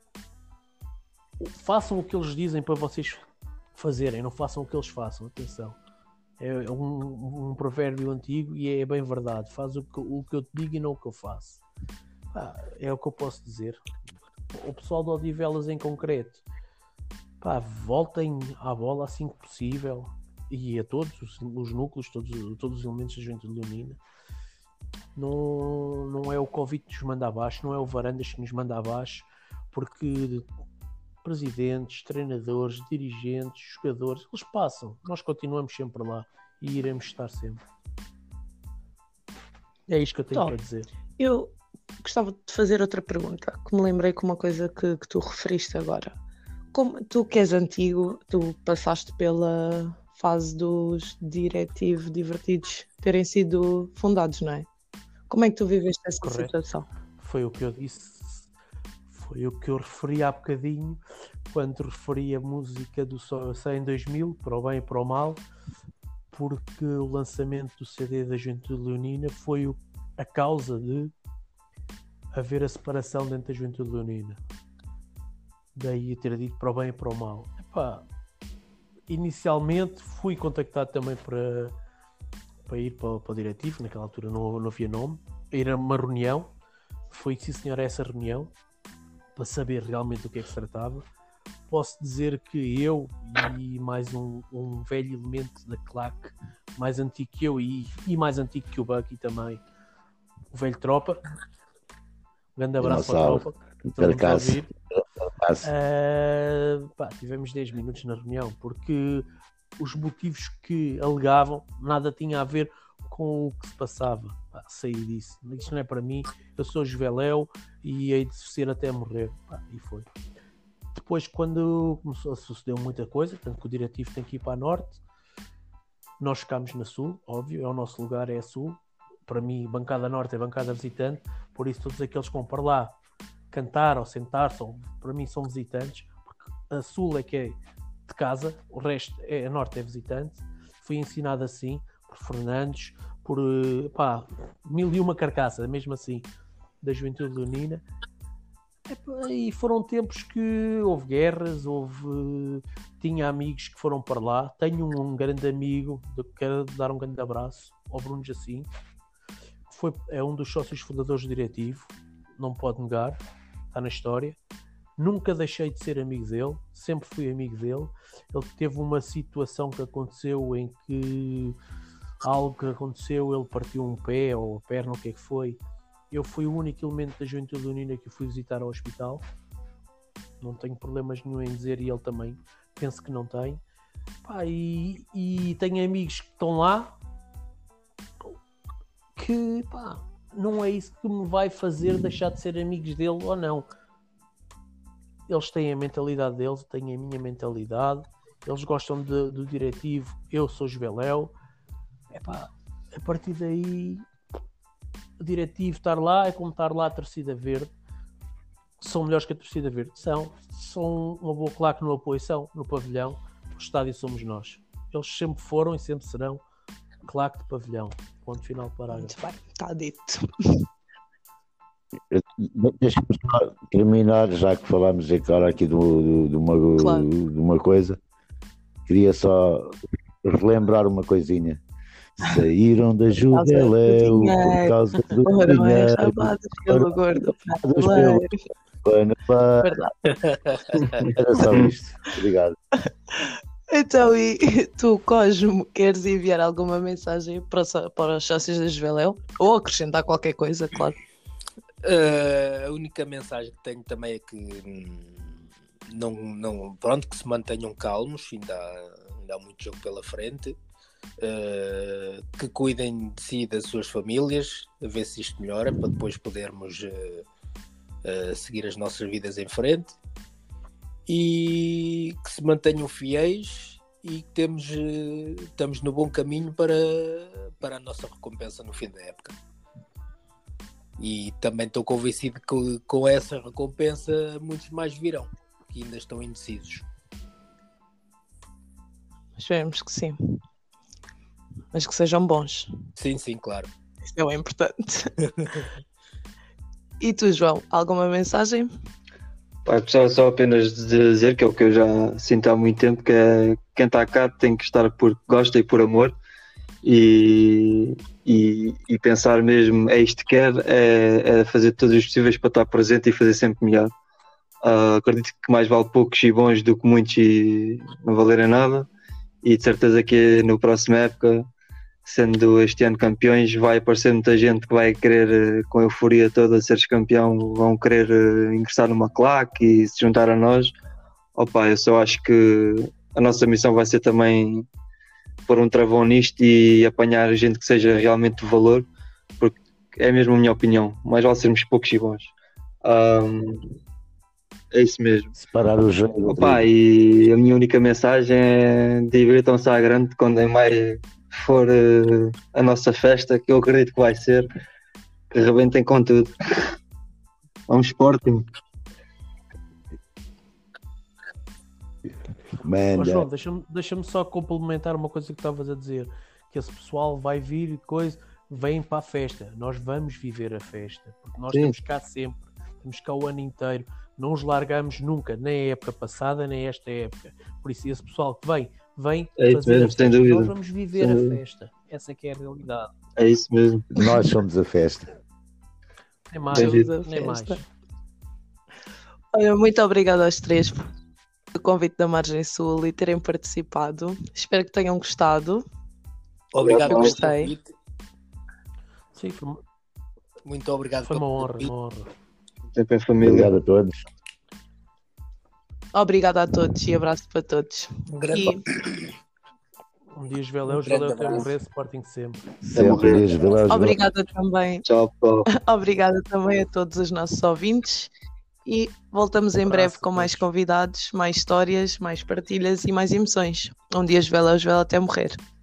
façam o que eles dizem para vocês fazerem, não façam o que eles façam, atenção. É um, um provérbio antigo e é bem verdade, faz o que, o que eu te digo e não o que eu faço. Pá, é o que eu posso dizer. O pessoal de Odivelas em concreto, pá, voltem à bola assim que possível, e a todos os, os núcleos, todos, todos os elementos da Juventude Leonina. Não, não é o Covid que nos manda abaixo, não é o Varandas que nos manda abaixo, porque presidentes, treinadores, dirigentes, jogadores, eles passam, nós continuamos sempre lá e iremos estar sempre. É isto que eu tenho Top. para dizer. Eu gostava de fazer outra pergunta, que me lembrei com uma coisa que, que tu referiste agora. Como tu que és antigo, tu passaste pela fase dos diretivos divertidos terem sido fundados, não é? Como é que tu viveste essa Correto. situação? Foi o que eu disse, foi o que eu referi há bocadinho, quando referi a música do Só Sei em dois mil, para o bem e para o mal, porque o lançamento do C D da Juventude Leonina foi o, a causa de haver a separação dentro da Juventude Leonina. Daí ter dito para o bem e para o mal. Epá, inicialmente fui contactado também para, para ir para, para o diretivo, naquela altura não, não havia nome, ir a uma reunião. Foi sim senhor a essa reunião, para saber realmente do que é que se tratava. Posso dizer que eu e mais um, um velho elemento da claque, mais antigo que eu e, e mais antigo que o Bucky também, o velho Tropa. Um grande abraço para a Tropa. Estamos a ouvir. Uh, pá, tivemos dez minutos na reunião, porque os motivos que alegavam nada tinha a ver com o que se passava. Pá, saí disso. Isto não é para mim. Eu sou Juveléu e hei de ser até morrer. Pá, e foi. Depois, quando começou a suceder muita coisa, tanto que o diretivo tem que ir para a Norte, Nós ficámos na Sul, óbvio, é o nosso lugar, é a Sul. Para mim, bancada norte é bancada visitante, por isso todos aqueles que vão para lá cantar ou sentar-se, ou, para mim são visitantes, porque a Sul é que é de casa, o resto, é, a norte é visitante. Fui ensinado assim, por Fernandes, por pá, mil e uma carcaça, mesmo assim, da Juventude Leonina. E foram tempos que houve guerras, houve... tinha amigos que foram para lá. Tenho um, um grande amigo, quero dar um grande abraço ao Bruno Jacinto. Foi, é um dos sócios fundadores do diretivo, não pode negar, está na história. Nunca deixei de ser amigo dele, sempre fui amigo dele. Ele teve uma situação que aconteceu em que algo que aconteceu, ele partiu um pé ou a perna, o que é que foi. Eu fui o único elemento da Juventude Leonina que o fui visitar ao hospital. Não tenho problemas nenhum em dizer, e ele também, penso que não tem. Pá, e, e tenho amigos que estão lá que, pá, não é isso que me vai fazer deixar de ser amigos dele ou não. Eles têm a mentalidade deles, têm a minha mentalidade, eles gostam de, do diretivo, eu sou Joveléu. Epá, a partir daí, o diretivo estar lá é como estar lá a torcida verde. São melhores que a torcida verde? São. São uma boa claque no apoio, são, no pavilhão. O estádio somos nós. Eles sempre foram e sempre serão claque de pavilhão. Ponto final, parágrafo. Muito bem, está dito. Deixa-me só terminar, já que falámos agora aqui de, de, de, uma, Claro. de uma coisa. Queria só relembrar uma coisinha. Saíram da Juveléu por causa do Ora, bem, dinheiro. rabadas pelo gordo Rabadas brasileiro. Panamá. Verdade. Era só isto. Obrigado. Então, e tu, Cosmo, queres enviar alguma mensagem para, os- para os sócios da Juveléu? Ou acrescentar qualquer coisa, claro. Uh, a única mensagem que tenho também é que hum, não, não, pronto, que se mantenham calmos, ainda há, ainda há muito jogo pela frente, uh, que cuidem de si e das suas famílias, a ver se isto melhora, para depois podermos uh, uh, seguir as nossas vidas em frente, e que se mantenham fiéis e que temos, uh, estamos no bom caminho para, para a nossa recompensa no fim da época. E também estou convencido que com essa recompensa muitos mais virão, que ainda estão indecisos. Esperemos que sim. Mas que sejam bons. Sim, sim, claro. Isso é o importante. E tu, João, alguma mensagem? Pá, gostava só apenas de dizer que é o que eu já sinto há muito tempo, que é quem está cá tem que estar porque gosta e por amor, e, e, e pensar mesmo é isto que quer, é, é fazer todos os possíveis para estar presente e fazer sempre melhor. Uh, acredito que mais vale poucos e bons do que muitos e não valerem nada, e de certeza que no próximo época, sendo este ano campeões, vai aparecer muita gente que vai querer, com a euforia toda de seres campeão, vão querer uh, ingressar numa claque e se juntar a nós. Opa, eu só acho que a nossa missão vai ser também pôr um travão nisto e apanhar gente que seja realmente de valor, porque é mesmo a minha opinião, mais vale sermos poucos e bons. Um, é isso mesmo. Separar o jogo. Opa, e a minha única mensagem é divirtam-se à grande quando em maio for uh, a nossa festa, que eu acredito que vai ser, que arrebentem com tudo. Vamos Sporting. Mas, João, deixa-me, deixa-me só complementar uma coisa que estavas a dizer, que esse pessoal vai vir e coisa, vem para a festa, nós vamos viver a festa, porque nós Sim. estamos cá sempre, estamos cá o ano inteiro, não os largamos nunca, nem a época passada, nem esta época, por isso esse pessoal que vem, vem É isso fazer mesmo, a festa, sem dúvida. nós vamos viver Sem a dúvida. festa, essa é que é a realidade, É isso mesmo. Nós somos a festa. nem mais, Bem dito. nem mais. Olha, muito obrigada aos três pelo convite da Margem Sul e terem participado. Espero que tenham gostado. Obrigado Eu pelo gostei. convite. Sim, foi, Muito obrigado foi uma pelo honra, convite. uma honra. Sempre em família. Obrigado a todos. Obrigada a todos e abraço para todos. Um grande E Um dia Joveléu, Um Joveléu grande até abraço. morrer, Sporting sempre. Sempre dias Vilas. obrigada também, Tchau, pessoal. obrigada também a todos os nossos ouvintes. E voltamos em Um breve abraço com a mais todos. convidados, mais histórias, mais partilhas e mais emoções. Um dia Joveléu, Joveléu até morrer.